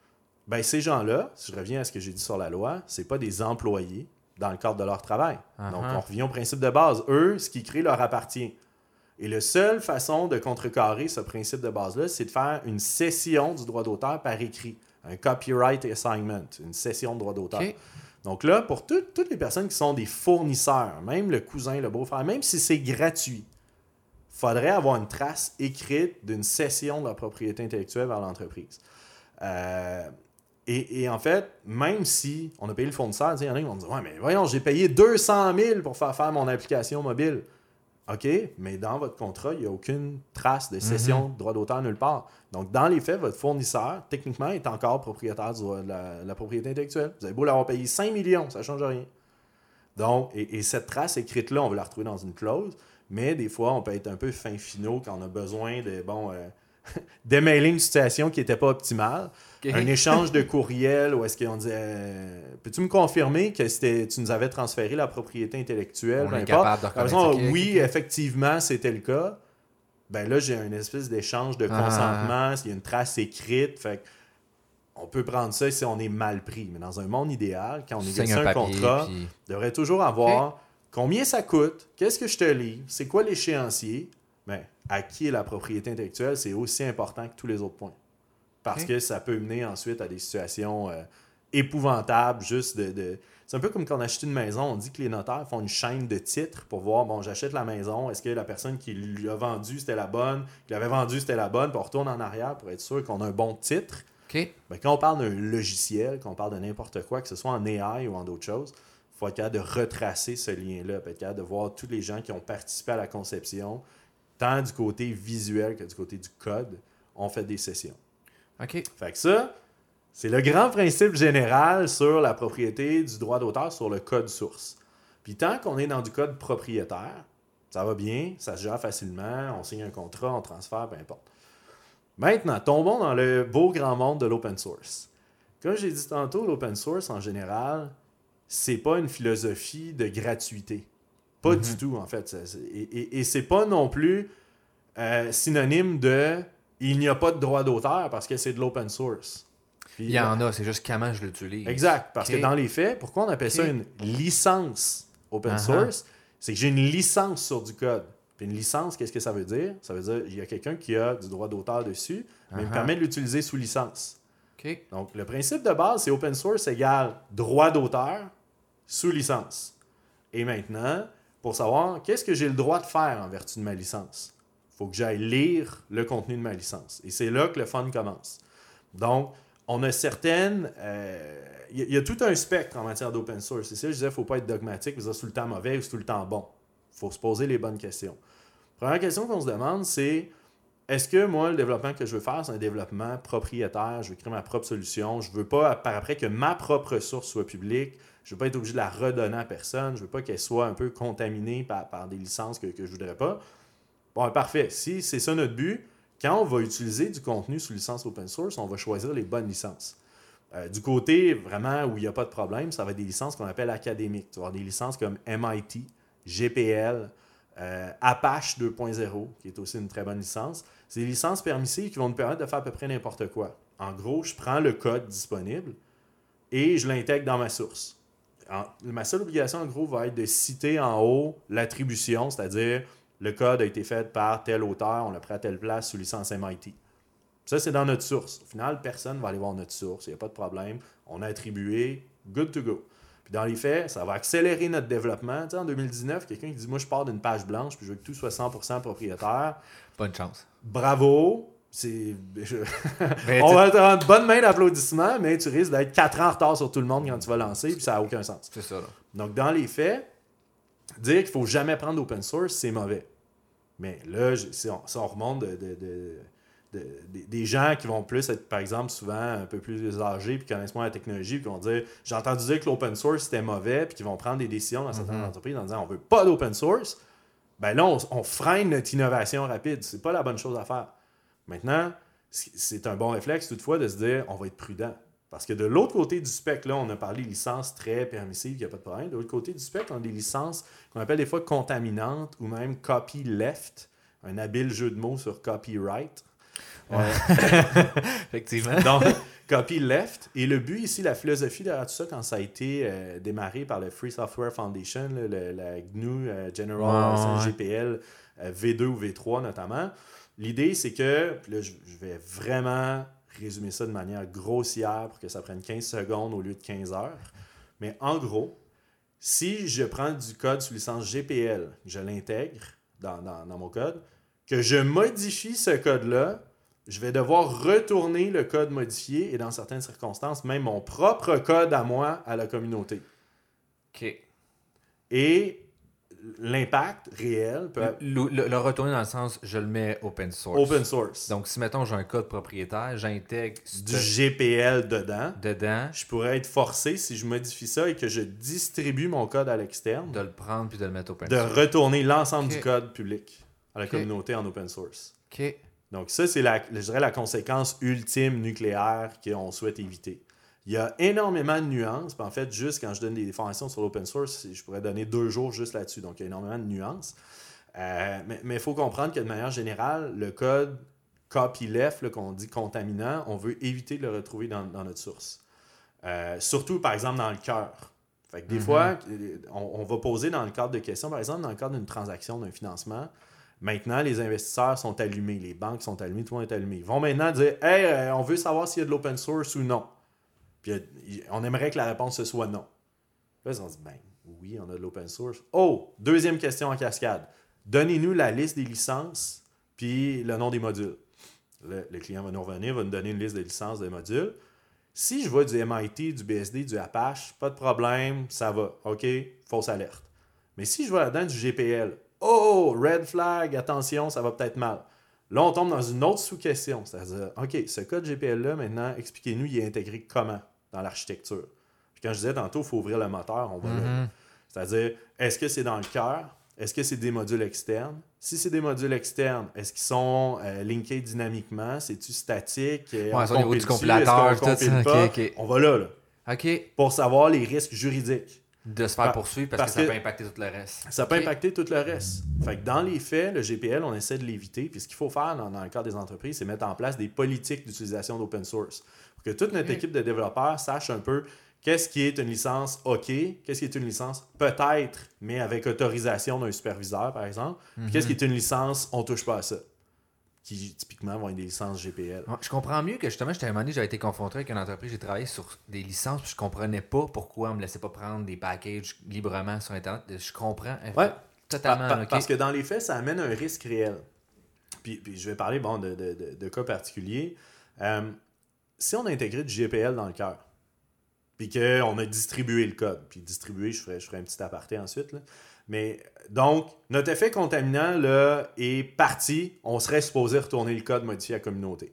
Ben ces gens-là, si je reviens à ce que j'ai dit sur la loi, c'est pas des employés dans le cadre de leur travail. Uh-huh. Donc, on revient au principe de base. Eux, ce qu'ils créent leur appartient. Et la seule façon de contrecarrer ce principe de base-là, c'est de faire une cession du droit d'auteur par écrit. Un copyright assignment, une cession de droit d'auteur. Okay. Donc là, pour tout, toutes les personnes qui sont des fournisseurs, même le cousin, le beau-frère, même si c'est gratuit, il faudrait avoir une trace écrite d'une cession de la propriété intellectuelle vers l'entreprise. Euh, et, et en fait, même si on a payé le fournisseur, il y en a qui vont dire « Ouais, mais voyons, j'ai payé deux cent mille pour faire faire mon application mobile. » OK, mais dans votre contrat, il n'y a aucune trace de cession mm-hmm. de droit d'auteur nulle part. Donc, dans les faits, votre fournisseur, techniquement, est encore propriétaire du, de, la, de la propriété intellectuelle. Vous avez beau l'avoir payé cinq millions, ça ne change rien. Donc, et, et cette trace écrite-là, on va la retrouver dans une clause, mais des fois, on peut être un peu fin finaux quand on a besoin de, bon, euh, démêler une situation qui n'était pas optimale. Okay. Un échange de courriel où est-ce qu'on dit euh, peux-tu me confirmer que c'était, tu nous avais transféré la propriété intellectuelle? On est capable de reconnaître. Oui, effectivement, c'était le cas. Ben là, j'ai une espèce d'échange de consentement, ah. il y a une trace écrite. Fait on peut prendre ça si on est mal pris. Mais dans un monde idéal, quand on négocie un, un papier, contrat, puis... il devrait toujours avoir okay. combien ça coûte, qu'est-ce que je te livre, c'est quoi l'échéancier. Ben, à qui est la propriété intellectuelle, c'est aussi important que tous les autres points. Parce okay. que ça peut mener ensuite à des situations euh, épouvantables, juste de, de... C'est un peu comme quand on achète une maison, on dit que les notaires font une chaîne de titres pour voir, bon, j'achète la maison, est-ce que la personne qui lui a vendu, c'était la bonne, qui l'avait vendue, c'était la bonne, puis on retourne en arrière pour être sûr qu'on a un bon titre. Okay. Ben, quand on parle d'un logiciel, quand on parle de n'importe quoi, que ce soit en A I ou en d'autres choses, il faut être capable de retracer ce lien-là, être capable de voir tous les gens qui ont participé à la conception, tant du côté visuel que du côté du code, ont fait des sessions. OK. Fait que ça, c'est le grand principe général sur la propriété du droit d'auteur sur le code source. Puis tant qu'on est dans du code propriétaire, ça va bien, ça se gère facilement, on signe un contrat, on transfère, peu importe. Maintenant, tombons dans le beau grand monde de l'open source. Comme j'ai dit tantôt, l'open source, en général, c'est pas une philosophie de gratuité. Pas mm-hmm. du tout, en fait. Et, et, et c'est pas non plus euh, synonyme de « il n'y a pas de droit d'auteur parce que c'est de l'open source ». Puis, il y en a, c'est juste comment je l'utilise. Exact, parce okay. que dans les faits, pourquoi on appelle okay. ça une licence open uh-huh. source? C'est que j'ai une licence sur du code. Puis une licence, qu'est-ce que ça veut dire? Ça veut dire qu'il y a quelqu'un qui a du droit d'auteur dessus, mais uh-huh. il me permet de l'utiliser sous licence. Okay. Donc, le principe de base, c'est open source égale droit d'auteur sous licence. Et maintenant, pour savoir qu'est-ce que j'ai le droit de faire en vertu de ma licence, il faut que j'aille lire le contenu de ma licence. Et c'est là que le fun commence. Donc, on a certaines... Il euh, y, y a tout un spectre en matière d'open source. Et ça, je disais, il ne faut pas être dogmatique, c'est tout le temps mauvais ou c'est tout le temps bon. Il faut se poser les bonnes questions. La première question qu'on se demande, c'est est-ce que moi, le développement que je veux faire, c'est un développement propriétaire, je veux créer ma propre solution, je ne veux pas, par après, que ma propre source soit publique, je ne veux pas être obligé de la redonner à personne, je ne veux pas qu'elle soit un peu contaminée par, par des licences que, que je ne voudrais pas. Bon, parfait. Si c'est ça notre but, quand on va utiliser du contenu sous licence open source, on va choisir les bonnes licences. Euh, du côté vraiment où il n'y a pas de problème, ça va être des licences qu'on appelle académiques. Tu vas avoir des licences comme M I T, G P L, euh, Apache deux point zéro, qui est aussi une très bonne licence. C'est des licences permissives qui vont nous permettre de faire à peu près n'importe quoi. En gros, je prends le code disponible et je l'intègre dans ma source. En, ma seule obligation, en gros, va être de citer en haut l'attribution, c'est-à-dire le code a été fait par tel auteur, on l'a pris à telle place sous licence M I T. Ça, c'est dans notre source. Au final, personne ne va aller voir notre source. Il n'y a pas de problème. On a attribué, good to go. Puis dans les faits, ça va accélérer notre développement. Tu sais, en deux mille dix-neuf, quelqu'un qui dit « Moi, je pars d'une page blanche puis je veux que tout soit cent pour cent propriétaire. » Bonne chance. Bravo. C'est... Je... Mais On va te rendre bonne main d'applaudissements, mais tu risques d'être quatre ans en retard sur tout le monde quand tu vas lancer, puis ça n'a aucun sens. C'est ça, là. Donc, dans les faits, dire qu'il ne faut jamais prendre open source, c'est mauvais. Mais là, je- si, on, si on remonte de, de, de, de- de- des gens qui vont plus être, par exemple, souvent un peu plus âgés puis qui connaissent moins la technologie, puis qui vont dire « J'ai entendu dire que l'open source, c'était mauvais », puis qui vont prendre des décisions dans certaines Mhm. entreprises en disant « On veut pas d'open source », ben là, on, on freine notre innovation rapide. C'est pas la bonne chose à faire. Maintenant, c- c'est un bon réflexe, toutefois, de se dire on va être prudent. Parce que de l'autre côté du spectre, là, on a parlé de licences très permissives, il n'y a pas de problème. De l'autre côté du spectre, on a des licences qu'on appelle des fois contaminantes ou même copyleft, un habile jeu de mots sur copyright. Euh, Effectivement. donc, copyleft. Et le but ici, la philosophie derrière tout ça, quand ça a été euh, démarré par le Free Software Foundation, là, le- la G N U euh, General Ouais, License ouais. G P L euh, V deux ou V trois notamment, l'idée c'est que, puis là je, je vais vraiment résumer ça de manière grossière pour que ça prenne quinze secondes au lieu de quinze heures, mais en gros, si je prends du code sous licence G P L, je l'intègre dans, dans, dans mon code, que je modifie ce code-là, je vais devoir retourner le code modifié et dans certaines circonstances, même mon propre code à moi à la communauté. OK. Et l'impact réel peut être Le, le- le retourner dans le sens, je le mets open source. open source. Donc, si, mettons, j'ai un code propriétaire, j'intègre Du ce- G P L dedans, dedans, je pourrais être forcé, si je modifie ça et que je distribue mon code à l'externe, de le prendre puis de le mettre open de source. retourner l'ensemble Ok. du code public à la Ok. communauté en open source. OK. Donc ça, c'est la, je dirais la conséquence ultime nucléaire qu'on souhaite éviter. Il y a énormément de nuances. Puis en fait, juste quand je donne des formations sur l'open source, je pourrais donner deux jours juste là-dessus. Donc il y a énormément de nuances. Euh, mais il faut comprendre que de manière générale, le code copyleft, là, qu'on dit contaminant, on veut éviter de le retrouver dans, dans notre source. Euh, surtout, par exemple, dans le cœur. Fait que des Mhm. fois, on, on va poser dans le cadre de questions, par exemple, dans le cadre d'une transaction, d'un financement. Maintenant, les investisseurs sont allumés, les banques sont allumées, tout le monde est allumé. Ils vont maintenant dire « Hey, euh, on veut savoir s'il y a de l'open source ou non. » Puis euh, on aimerait que la réponse ce soit non. Là, ils ont dit « Ben oui, on a de l'open source. » Oh, deuxième question en cascade. Donnez-nous la liste des licences puis le nom des modules. Le, le client va nous revenir, va nous donner une liste de licences de modules. Si je vois du M I T, du B S D, du Apache, pas de problème, ça va. OK, fausse alerte. Mais si je vois là-dedans du G P L, oh, red flag, attention, ça va peut-être mal. Là, on tombe dans une autre sous-question. C'est-à-dire, OK, ce code G P L-là, maintenant, expliquez-nous, il est intégré comment dans l'architecture. Puis quand je disais tantôt, il faut ouvrir le moteur, on va là. Mhm. C'est-à-dire, est-ce que c'est dans le cœur? Est-ce que c'est des modules externes? Si c'est des modules externes, est-ce qu'ils sont euh, linkés dynamiquement? C'est-tu statique? Euh, Ouais, on c'est au niveau du compile-tu? compilateur, Est-ce qu'on tout ça. compile pas? Ok, ok. On va là, là, OK. pour savoir les risques juridiques. De se faire Par- poursuivre parce, parce que ça que- peut impacter tout le reste. Ça peut Ok. impacter tout le reste. Fait que dans les faits, le G P L, on essaie de l'éviter. Puis ce qu'il faut faire dans, dans le cadre des entreprises, c'est mettre en place des politiques d'utilisation d'open source. Pour que toute notre Ok. équipe de développeurs sache un peu qu'est-ce qui est une licence OK, qu'est-ce qui est une licence peut-être, mais avec autorisation d'un superviseur, par exemple. Puis Mhm. qu'est-ce qui est une licence, on touche pas à ça. Qui typiquement vont être des licences G P L. Ouais, je comprends mieux que justement, j'étais à un moment donné, j'avais été confronté avec une entreprise, j'ai travaillé sur des licences, puis je comprenais pas pourquoi on me laissait pas prendre des packages librement sur Internet. Je comprends euh, Ouais. totalement. Pa- pa- ok. Parce que dans les faits, ça amène un risque réel. Puis, puis je vais parler bon, de, de, de, de cas particuliers. Euh, si on a intégré du G P L dans le cœur, puis qu'on a distribué le code, puis distribué, je ferai, je ferai un petit aparté ensuite, là. Mais donc, notre effet contaminant là, est parti. On serait supposé retourner le code modifié à la communauté.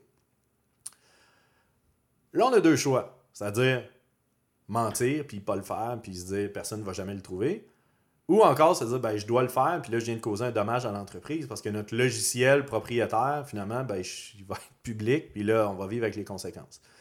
Là, on a deux choix. C'est-à-dire mentir, puis pas le faire, puis se dire personne ne va jamais le trouver. Ou encore se dire ben, je dois le faire, puis là, je viens de causer un dommage à l'entreprise parce que notre logiciel propriétaire, finalement, ben, je- il va être public, puis là, on va vivre avec les conséquences.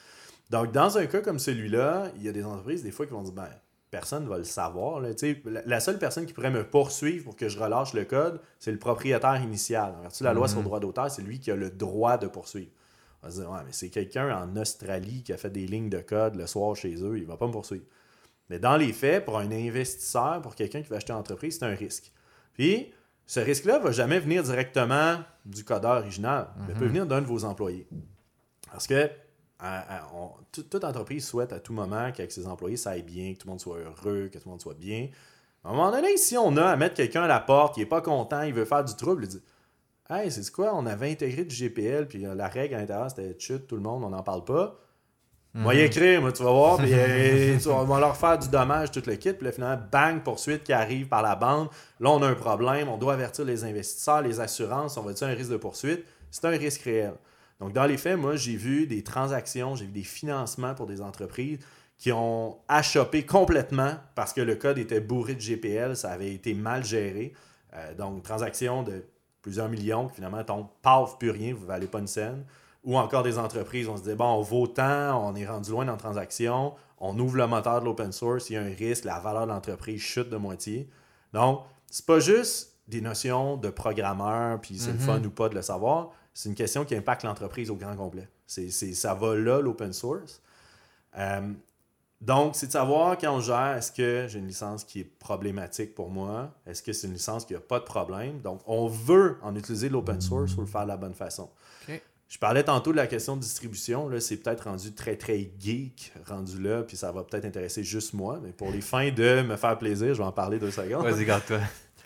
Donc, dans un cas comme celui-là, il y a des entreprises, des fois, qui vont dire, ben, personne ne va le savoir. Là. La, la seule personne qui pourrait me poursuivre pour que je relâche le code, c'est le propriétaire initial. En vertu de la loi mm-hmm. sur le droit d'auteur, c'est lui qui a le droit de poursuivre. On va se dire, ouais, mais c'est quelqu'un en Australie qui a fait des lignes de code le soir chez eux, il ne va pas me poursuivre. Mais dans les faits, pour un investisseur, pour quelqu'un qui va acheter une entreprise, c'est un risque. Puis, ce risque-là ne va jamais venir directement du codeur original, mm-hmm. mais peut venir d'un de vos employés. Parce que À, à, on, toute, toute entreprise souhaite à tout moment qu'avec ses employés, ça aille bien, que tout le monde soit heureux, que tout le monde soit bien. À un moment donné, si on a à mettre quelqu'un à la porte, qui n'est pas content, il veut faire du trouble, il dit « Hey, c'est quoi, on avait intégré du G P L, puis la règle à l'intérieur, c'était chut, tout le monde, on n'en parle pas. Mm-hmm. » Moi, y écrire, moi, tu vas voir, puis euh, on va leur faire du dommage, tout le kit, puis là, finalement, bang, poursuite qui arrive par la bande. Là, on a un problème, on doit avertir les investisseurs, les assurances, on va dire un risque de poursuite. C'est un risque réel. Donc, dans les faits, moi, j'ai vu des transactions, j'ai vu des financements pour des entreprises qui ont achoppé complètement parce que le code était bourré de G P L, ça avait été mal géré. Euh, donc, transactions de plusieurs millions qui finalement tombent, paf, plus rien, vous ne valez pas une scène. Ou encore des entreprises, on se dit, bon, on vaut tant, on est rendu loin dans la transaction, on ouvre le moteur de l'open source, il y a un risque, la valeur de l'entreprise chute de moitié. Donc, c'est pas juste des notions de programmeur, puis c'est mm-hmm. le fun ou pas de le savoir. C'est une question qui impacte l'entreprise au grand complet. C'est, c'est, ça va là, l'open source. Euh, donc, c'est de savoir quand on gère, est-ce que j'ai une licence qui est problématique pour moi? Est-ce que c'est une licence qui n'a pas de problème? Donc, on veut en utiliser l'open source pour le faire de la bonne façon. Okay. Je parlais tantôt de la question de distribution. Là, c'est peut-être rendu très, très geek, rendu là, puis ça va peut-être intéresser juste moi. Mais pour les fins de me faire plaisir, je vais en parler deux secondes. Vas-y, garde-toi.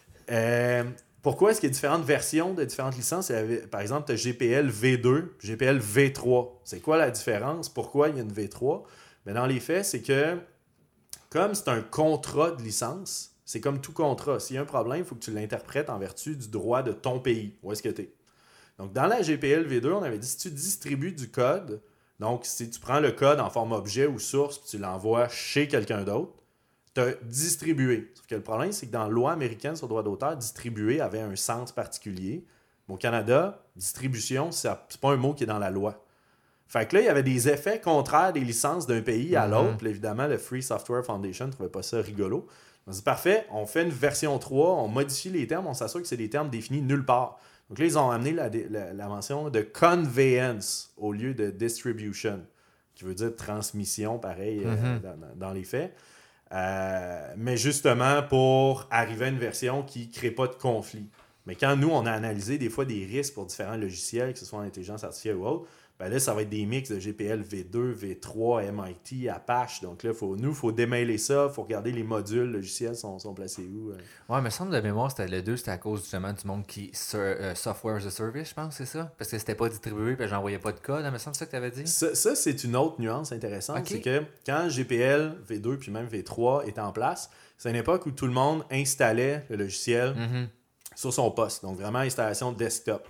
euh, Pourquoi est-ce qu'il y a différentes versions de différentes licences? Par exemple, tu as G P L V deux, G P L V trois. C'est quoi la différence? Pourquoi il y a une V trois? Mais dans les faits, c'est que comme c'est un contrat de licence, c'est comme tout contrat. S'il y a un problème, il faut que tu l'interprètes en vertu du droit de ton pays. Où est-ce que tu es? Donc, dans la G P L V deux, on avait dit si tu distribues du code, donc si tu prends le code en forme objet ou source puis tu l'envoies chez quelqu'un d'autre, tu as distribué. Sauf que le problème, c'est que dans la loi américaine sur le droit d'auteur, distribuer avait un sens particulier. Au Canada, distribution, c'est pas un mot qui est dans la loi. Fait que là, il y avait des effets contraires des licences d'un pays à l'autre. Mm-hmm. Puis évidemment, le Free Software Foundation ne trouvait pas ça rigolo. On dit parfait, on fait une version trois, on modifie les termes, on s'assure que c'est des termes définis nulle part. Donc là, ils ont amené la, la, la mention de conveyance au lieu de distribution, qui veut dire transmission, pareil, mm-hmm. euh, dans, dans les faits. Euh, mais justement pour arriver à une version qui ne crée pas de conflit. Mais quand nous, on a analysé des fois des risques pour différents logiciels, que ce soit en intelligence artificielle ou autre, ben là, ça va être des mix de G P L V deux, V trois, M I T, Apache. Donc là, faut, nous, il faut démêler ça, il faut regarder les modules logiciels sont, sont placés où. Euh. Ouais, mais me semble de mémoire, c'était le deux, c'était à cause justement du monde qui sur, euh, Software as a Service, je pense, c'est ça? Parce que c'était pas distribué et j'envoyais pas de code, il me semble que c'est ça que tu avais dit? Ça, ça, c'est une autre nuance intéressante. Okay. C'est que quand G P L, V deux puis même V trois est en place, c'est une époque où tout le monde installait le logiciel mm-hmm. sur son poste. Donc vraiment, installation desktop.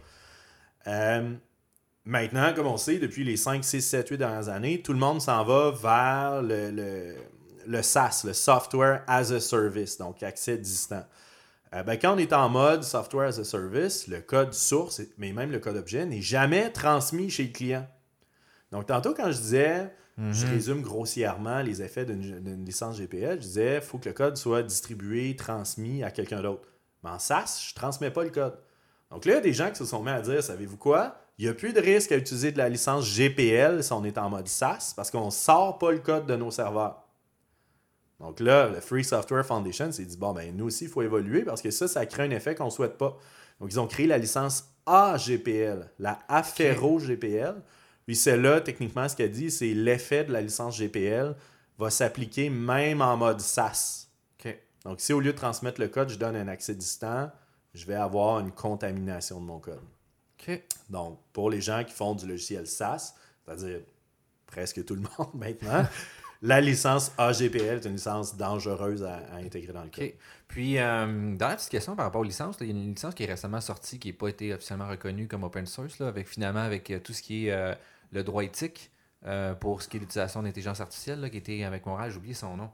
Euh, Maintenant, comme on sait, depuis les cinq, six, sept, huit dernières années, tout le monde s'en va vers le, le, le SaaS, le Software as a Service, donc accès distant. Euh, ben, quand on est en mode Software as a Service, le code source, mais même le code objet, n'est jamais transmis chez le client. Donc, tantôt, quand je disais, mm-hmm. je résume grossièrement les effets d'une, d'une licence G P L, je disais, il faut que le code soit distribué, transmis à quelqu'un d'autre. Mais en SaaS, je ne transmets pas le code. Donc là, il y a des gens qui se sont mis à dire, savez-vous quoi? Il n'y a plus de risque à utiliser de la licence G P L si on est en mode SaaS parce qu'on ne sort pas le code de nos serveurs. Donc là, le Free Software Foundation s'est dit, bon, ben nous aussi, il faut évoluer parce que ça, ça crée un effet qu'on ne souhaite pas. Donc, ils ont créé la licence A G P L, la Affero G P L. Puis celle-là, techniquement, ce qu'elle dit, c'est l'effet de la licence G P L va s'appliquer même en mode SaaS. Okay. Donc, si au lieu de transmettre le code, je donne un accès distant, je vais avoir une contamination de mon code. Okay. Donc, pour les gens qui font du logiciel SaaS, c'est-à-dire presque tout le monde maintenant, la licence A G P L est une licence dangereuse à, à intégrer dans le code. Okay. Puis, euh, dans la petite question par rapport aux licences, là, il y a une licence qui est récemment sortie qui n'a pas été officiellement reconnue comme open source, là, avec finalement avec euh, tout ce qui est euh, le droit éthique euh, pour ce qui est l'utilisation d'intelligence artificielle, là, qui était avec Montréal, j'ai oublié son nom.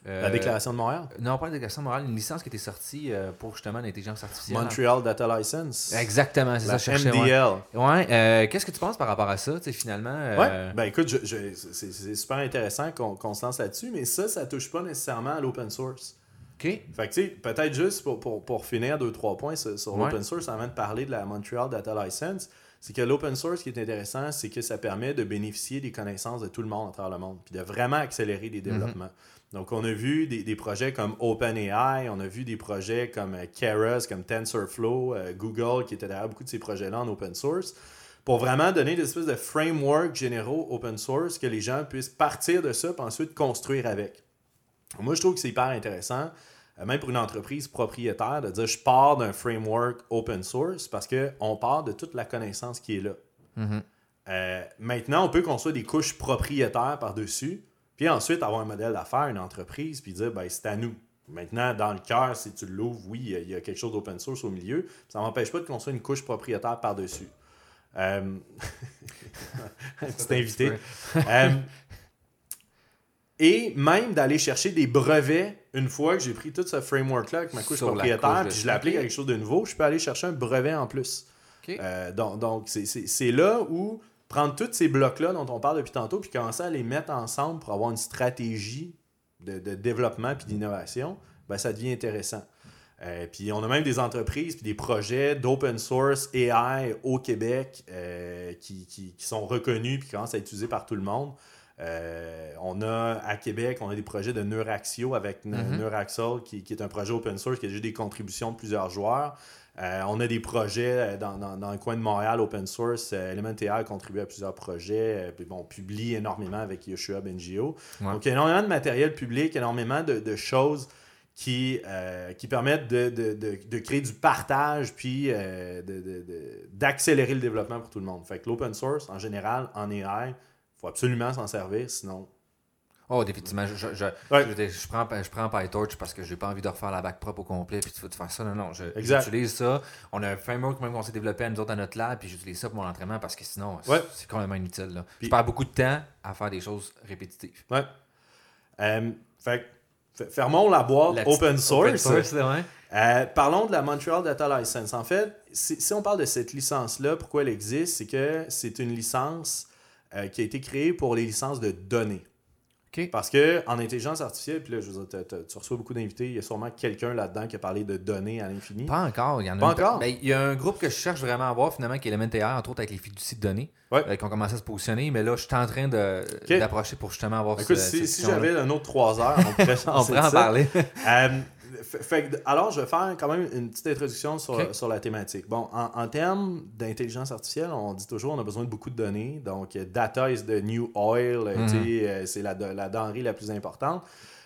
Euh, La Déclaration de Montréal? Non, pas la Déclaration de Montréal, une licence qui était sortie euh, pour justement l'intelligence artificielle. Montreal Data License. Exactement, c'est La ça que je cherchais. M D L. Ouais. Ouais, euh, qu'est-ce que tu penses par rapport à ça, tu sais, finalement? Euh... Ouais, ben écoute, je, je, c'est, c'est super intéressant qu'on, qu'on se lance là-dessus, mais ça, ça touche pas nécessairement à l'open source. OK. Fait que tu sais, peut-être juste pour, pour, pour finir deux, trois points sur, sur Ouais. l'open source avant de parler de la Montreal Data License, c'est que l'open source, ce qui est intéressant, c'est que ça permet de bénéficier des connaissances de tout le monde à travers le monde, puis de vraiment accélérer les développements. Mm-hmm. Donc, on a vu des, des projets comme OpenAI, on a vu des projets comme euh, Keras, comme TensorFlow, euh, Google, qui étaient derrière beaucoup de ces projets-là en open source, pour vraiment donner des espèces de frameworks généraux open source que les gens puissent partir de ça, puis ensuite construire avec. Moi, je trouve que c'est hyper intéressant, même pour une entreprise propriétaire, de dire je pars d'un framework open source parce qu'on part de toute la connaissance qui est là. Mm-hmm. Euh, maintenant, on peut construire des couches propriétaires par-dessus, puis ensuite avoir un modèle d'affaires, une entreprise, puis dire ben, c'est à nous. Maintenant, dans le cœur, si tu l'ouvres, oui, il y a quelque chose d'open source au milieu, ça ne m'empêche pas de construire une couche propriétaire par-dessus. Euh... Petit invité. euh... Et même d'aller chercher des brevets, une fois que j'ai pris tout ce framework-là avec ma couche Sur propriétaire, couche puis je l'applique à quelque chose de nouveau, je peux aller chercher un brevet en plus. Okay. Euh, donc, donc c'est, c'est, c'est là où prendre tous ces blocs-là dont on parle depuis tantôt, puis commencer à les mettre ensemble pour avoir une stratégie de, de développement puis d'innovation, ben, ça devient intéressant. Euh, puis on a même des entreprises puis des projets d'open source A I au Québec euh, qui, qui, qui sont reconnus puis qui commencent à être utilisés par tout le monde. Euh, on a à Québec, on a des projets de Neuraxio avec mm-hmm. Neuraxle qui, qui est un projet open source qui a juste des contributions de plusieurs joueurs. Euh, on a des projets dans, dans, dans le coin de Montréal open source. Euh, Element A I a contribué à plusieurs projets. Euh, puis bon, on publie énormément avec Yoshua Bengio. Ouais. Donc il y a énormément de matériel public, énormément de, de choses qui, euh, qui permettent de, de, de, de créer du partage puis euh, de, de, de, d'accélérer le développement pour tout le monde. Fait que l'open source, en général, en A I, il faut absolument s'en servir, sinon... Oh, définitivement. Je, je, je, ouais. je, je, prends, je prends PyTorch parce que j'ai pas envie de refaire la back prop au complet puis tu vas te faire ça. Non, non. Je, j'utilise ça. On a un framework même qu'on s'est développé à nous autres à notre lab puis j'utilise ça pour mon entraînement parce que sinon, ouais. c'est, c'est complètement inutile. Là. Puis, je perds beaucoup de temps à faire des choses répétitives. Ouais. Euh, fait fermons la boîte la open source. Open source là, ouais. euh, parlons de la Montreal Data License. En fait, si, si on parle de cette licence-là, pourquoi elle existe, c'est que c'est une licence euh, qui a été créée pour les licences de données. Okay. Parce qu'en intelligence artificielle, puis là, je veux dire, tu reçois beaucoup d'invités, il y a sûrement quelqu'un là-dedans qui a parlé de données à l'infini. Pas encore. Il y en a Pas encore? Ben, il y a un groupe que je cherche vraiment à voir, finalement, qui est Element A I, entre autres avec les fiducies de données, ouais. euh, qui ont commencé à se positionner. Mais là, je suis en train de, okay. d'approcher pour justement avoir Écoute, ce, si, si j'avais un autre trois heures, on pourrait, on pourrait en parler. euh, fait, alors, je vais faire quand même une petite introduction sur, okay. sur la thématique. Bon, en, en termes d'intelligence artificielle, on dit toujours qu'on a besoin de beaucoup de données. Donc, data is the new oil. Mm-hmm. C'est la, la denrée la plus importante.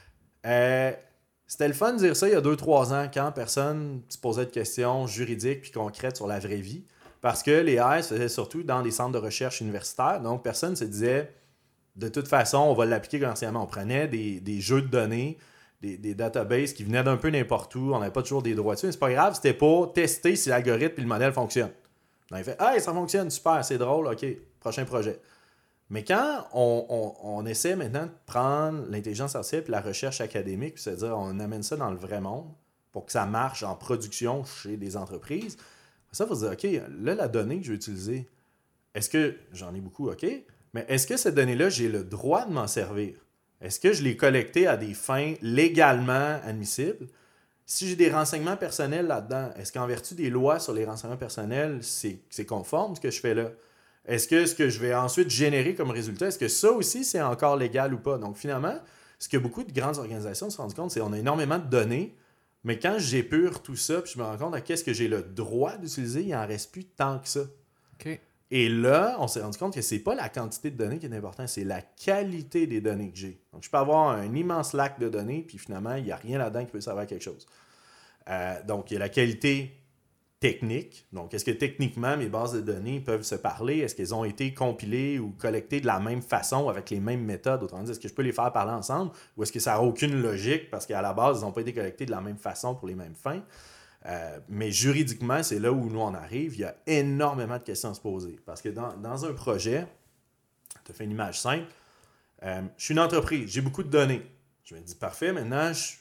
Euh, c'était le fun de dire ça il y a deux trois ans quand personne se posait de questions juridiques puis concrètes sur la vraie vie. Parce que les A I se faisaient surtout dans des centres de recherche universitaires. Donc, personne ne se disait, de toute façon, on va l'appliquer commercialement. On prenait des, des jeux de données, Des, des databases qui venaient d'un peu n'importe où. On n'avait pas toujours des droits dessus. Mais c'est pas grave, c'était pour tester si l'algorithme et le modèle fonctionnent. On avait fait « Hey, ça fonctionne, super, c'est drôle, OK, prochain projet. » Mais quand on, on, on essaie maintenant de prendre l'intelligence artificielle et la recherche académique puis se dire on amène ça dans le vrai monde pour que ça marche en production chez des entreprises, ça, il faut se dire « OK, là, la donnée que je vais utiliser, est-ce que j'en ai beaucoup, OK, mais est-ce que cette donnée-là, j'ai le droit de m'en servir? Est-ce que je l'ai collecté à des fins légalement admissibles? Si j'ai des renseignements personnels là-dedans, est-ce qu'en vertu des lois sur les renseignements personnels, c'est, c'est conforme ce que je fais là? Est-ce que ce que je vais ensuite générer comme résultat, est-ce que ça aussi, c'est encore légal ou pas? Donc finalement, ce que beaucoup de grandes organisations se rendent compte, c'est qu'on a énormément de données, mais quand j'épure tout ça, puis je me rends compte à qu'est-ce que j'ai le droit d'utiliser, il n'en reste plus tant que ça. OK. Et là, on s'est rendu compte que c'est pas la quantité de données qui est importante, c'est la qualité des données que j'ai. Donc, je peux avoir un immense lac de données, puis finalement, il n'y a rien là-dedans qui peut servir à quelque chose. Euh, donc, il y a la qualité technique. Donc, est-ce que techniquement, mes bases de données peuvent se parler? Est-ce qu'elles ont été compilées ou collectées de la même façon, avec les mêmes méthodes? Autrement dit, est-ce que je peux les faire parler ensemble? Ou est-ce que ça n'a aucune logique parce qu'à la base, ils n'ont pas été collectés de la même façon pour les mêmes fins? Euh, mais juridiquement, c'est là où nous on arrive. Il y a énormément de questions à se poser. Parce que dans, dans un projet, je te fais une image simple, euh, je suis une entreprise, j'ai beaucoup de données. Je me dis, parfait, maintenant, je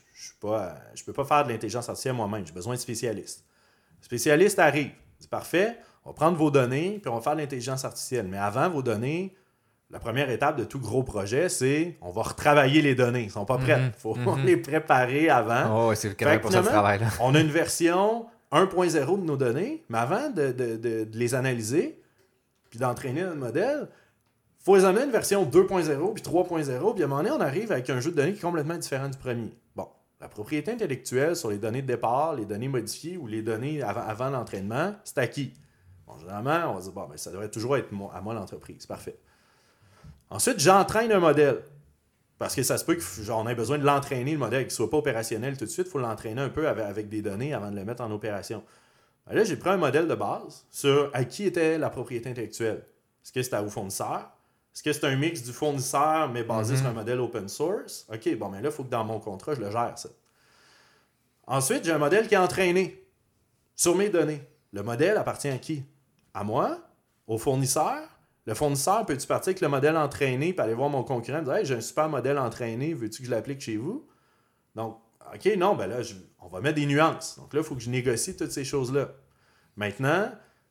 ne peux pas faire de l'intelligence artificielle moi-même. J'ai besoin de spécialistes. Le spécialiste arrive. Il dit, parfait, on va prendre vos données, puis on va faire de l'intelligence artificielle. Mais avant vos données, la première étape de tout gros projet, c'est on va retravailler les données. Ils ne sont pas prêts. Il mm-hmm. faut mm-hmm. les préparer avant. Oh, c'est carrément pour ça le travail. Là. On a une version un point zéro de nos données, mais avant de, de, de, de les analyser puis d'entraîner notre modèle, il faut les amener à une version deux point zéro puis trois point zéro, puis à un moment donné, on arrive avec un jeu de données qui est complètement différent du premier. Bon, la propriété intellectuelle sur les données de départ, les données modifiées ou les données avant, avant l'entraînement, c'est acquis. Bon, généralement, on va dire, bon, ben, ça devrait toujours être moi, à moi l'entreprise. Parfait. Ensuite, j'entraîne un modèle. Parce que ça se peut qu'on ait besoin de l'entraîner, le modèle, qu'il ne soit pas opérationnel tout de suite. Il faut l'entraîner un peu avec, avec des données avant de le mettre en opération. Alors là, j'ai pris un modèle de base sur à qui était la propriété intellectuelle. Est-ce que c'était au fournisseur? Est-ce que c'est un mix du fournisseur, mais basé mm-hmm. sur un modèle open source? OK, bon, mais là, il faut que dans mon contrat, je le gère, ça. Ensuite, j'ai un modèle qui est entraîné sur mes données. Le modèle appartient à qui? À moi? Au fournisseur? Le fournisseur, peux-tu partir avec le modèle entraîné et aller voir mon concurrent et dire hey, j'ai un super modèle entraîné, veux-tu que je l'applique chez vous? Donc, OK, non, ben là, je, on va mettre des nuances. Donc là, il faut que je négocie toutes ces choses-là. Maintenant,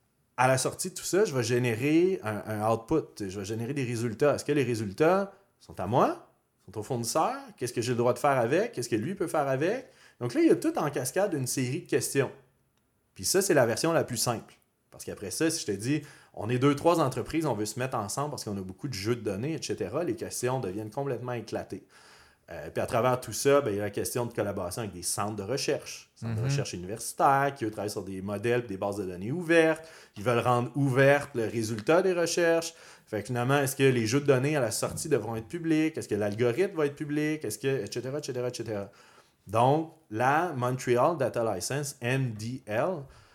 à la sortie de tout ça, je vais générer un, un output, je vais générer des résultats. Est-ce que les résultats sont à moi? Sont au fournisseur? Qu'est-ce que j'ai le droit de faire avec? Qu'est-ce que lui peut faire avec? Donc là, il y a tout en cascade une série de questions. Puis ça, c'est la version la plus simple. Parce qu'après ça, si je te dis, on est deux, trois entreprises, on veut se mettre ensemble parce qu'on a beaucoup de jeux de données, et cetera, les questions deviennent complètement éclatées. Euh, puis à travers tout ça, bien, il y a la question de collaboration avec des centres de recherche. Centres mm-hmm. de recherche universitaires qui, eux, travaillent sur des modèles, des bases de données ouvertes. Ils veulent rendre ouverte le résultat des recherches. Fait que finalement, est-ce que les jeux de données à la sortie devront être publics? Est-ce que l'algorithme va être public? Est-ce que, et cetera, et cetera, et cetera. Donc, la Montreal Data License, M D L,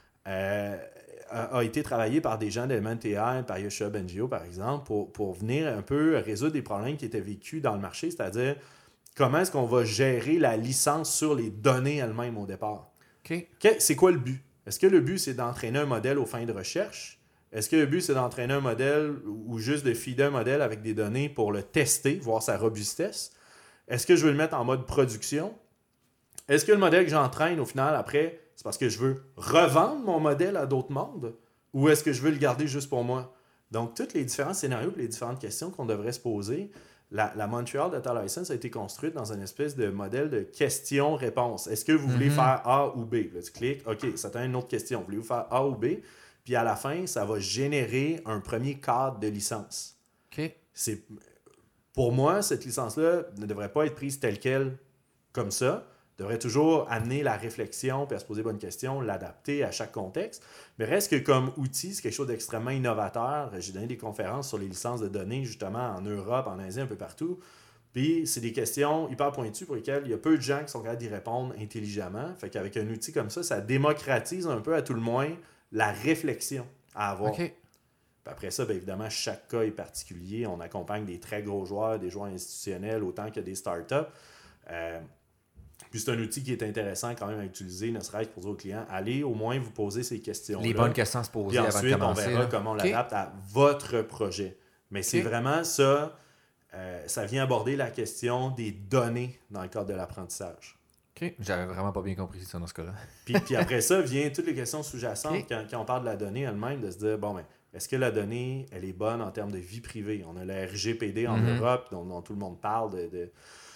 euh, a été travaillé par des gens de M N T I, par Yoshua Bengio, par exemple, pour, pour venir un peu résoudre des problèmes qui étaient vécus dans le marché, c'est-à-dire comment est-ce qu'on va gérer la licence sur les données elles-mêmes au départ. Okay. Okay, c'est quoi le but? Est-ce que le but, c'est d'entraîner un modèle aux fins de recherche? Est-ce que le but, c'est d'entraîner un modèle ou juste de feeder un modèle avec des données pour le tester, voir sa robustesse? Est-ce que je veux le mettre en mode production? Est-ce que le modèle que j'entraîne, au final, après, c'est parce que je veux revendre mon modèle à d'autres mondes ou est-ce que je veux le garder juste pour moi? Donc, tous les différents scénarios et les différentes questions qu'on devrait se poser, la, la Montreal Data License a été construite dans une espèce de modèle de questions-réponses. Est-ce que vous voulez mm-hmm. faire A ou B? Là, tu cliques, OK, ça t'a une autre question. Voulez-vous faire A ou B? Puis à la fin, ça va générer un premier cadre de licence. OK. C'est, pour moi, cette licence-là ne devrait pas être prise telle qu'elle, comme ça. Devrait toujours amener la réflexion, puis à se poser les bonnes questions, l'adapter à chaque contexte. Mais reste que comme outil, c'est quelque chose d'extrêmement innovateur. J'ai donné des conférences sur les licences de données, justement, en Europe, en Asie, un peu partout. Puis c'est des questions hyper pointues pour lesquelles il y a peu de gens qui sont capables d'y répondre intelligemment. Fait qu'avec un outil comme ça, ça démocratise un peu, à tout le moins, la réflexion à avoir. Okay. Puis après ça, bien évidemment, chaque cas est particulier. On accompagne des très gros joueurs, des joueurs institutionnels, autant que des startups. Euh, Puis c'est un outil qui est intéressant quand même à utiliser, ne serait-ce pour dire aux clients, allez au moins vous poser ces questions-là. Les bonnes questions à se poser puis avant ensuite, de commencer. on verra là. comment on Okay. l'adapte à votre projet. Mais c'est Okay. vraiment ça, euh, ça vient aborder la question des données dans le cadre de l'apprentissage. OK. J'avais vraiment pas bien compris ça dans ce cas-là. Puis, puis après ça, vient toutes les questions sous-jacentes Okay. quand, quand on parle de la donnée elle-même, de se dire, bon, ben, est-ce que la donnée, elle est bonne en termes de vie privée? On a le R G P D en Mm-hmm. Europe, dont, dont tout le monde parle de... de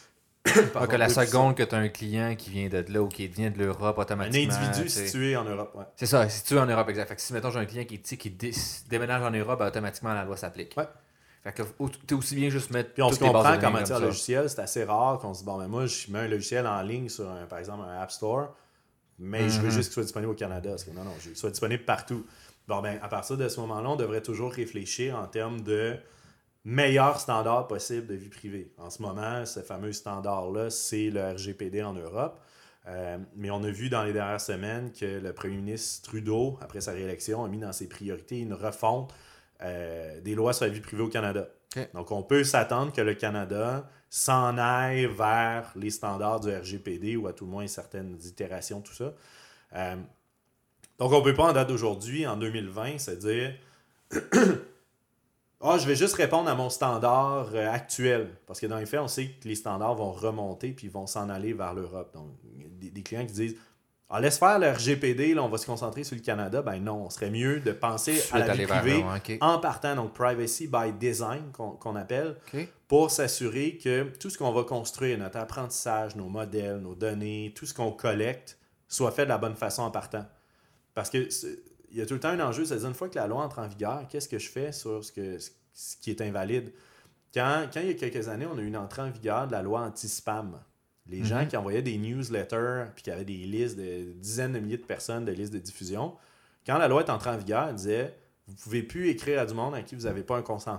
Ah, que la seconde que tu as un client qui vient de là ou qui vient de l'Europe un automatiquement. individu c'est... situé en Europe, ouais. C'est ça, situé en Europe, exact. Fait que si, mettons, j'ai un client qui, qui dé- déménage en Europe, ben, automatiquement, la loi s'applique. Ouais. Fait que t'es aussi bien juste mettre Puis on se toutes les bases comprend de qu'en données matière comme ça. logicielle, c'est assez rare qu'on se dise, bon, mais moi, je mets un logiciel en ligne sur, un, par exemple, un App Store, mais mm-hmm. je veux juste qu'il soit disponible au Canada. Parce que non, non, je veux qu'il soit disponible partout. Bon, ben, à partir de ce moment-là, on devrait toujours réfléchir en termes de meilleur standard possible de vie privée. En ce moment, ce fameux standard-là, c'est le R G P D en Europe. Euh, mais on a vu dans les dernières semaines que le premier ministre Trudeau, après sa réélection, a mis dans ses priorités une refonte euh, des lois sur la vie privée au Canada. Okay. Donc, on peut s'attendre que le Canada s'en aille vers les standards du R G P D ou à tout le moins certaines itérations, tout ça. Euh, donc, on ne peut pas, en date d'aujourd'hui, en deux mille vingt, se dire Ah, je vais juste répondre à mon standard euh, actuel. Parce que dans les faits, on sait que les standards vont remonter puis ils vont s'en aller vers l'Europe. Donc, des, des clients qui disent ah, laisse faire le R G P D, là, on va se concentrer sur le Canada. Ben non, on serait mieux de penser à la vie privée là, okay. en partant, donc privacy by design qu'on, qu'on appelle, okay. pour s'assurer que tout ce qu'on va construire, notre apprentissage, nos modèles, nos données, tout ce qu'on collecte, soit fait de la bonne façon en partant. Parce que il y a tout le temps un enjeu, c'est-à-dire une fois que la loi entre en vigueur, qu'est-ce que je fais sur ce, que, ce qui est invalide? Quand, quand il y a quelques années, on a eu une entrée en vigueur de la loi anti-spam. Les mm-hmm. gens qui envoyaient des newsletters puis qui avaient des listes de dizaines de milliers de personnes, de listes de diffusion, quand la loi est entrée en vigueur, elle disait « Vous ne pouvez plus écrire à du monde à qui vous n'avez pas un consentement. »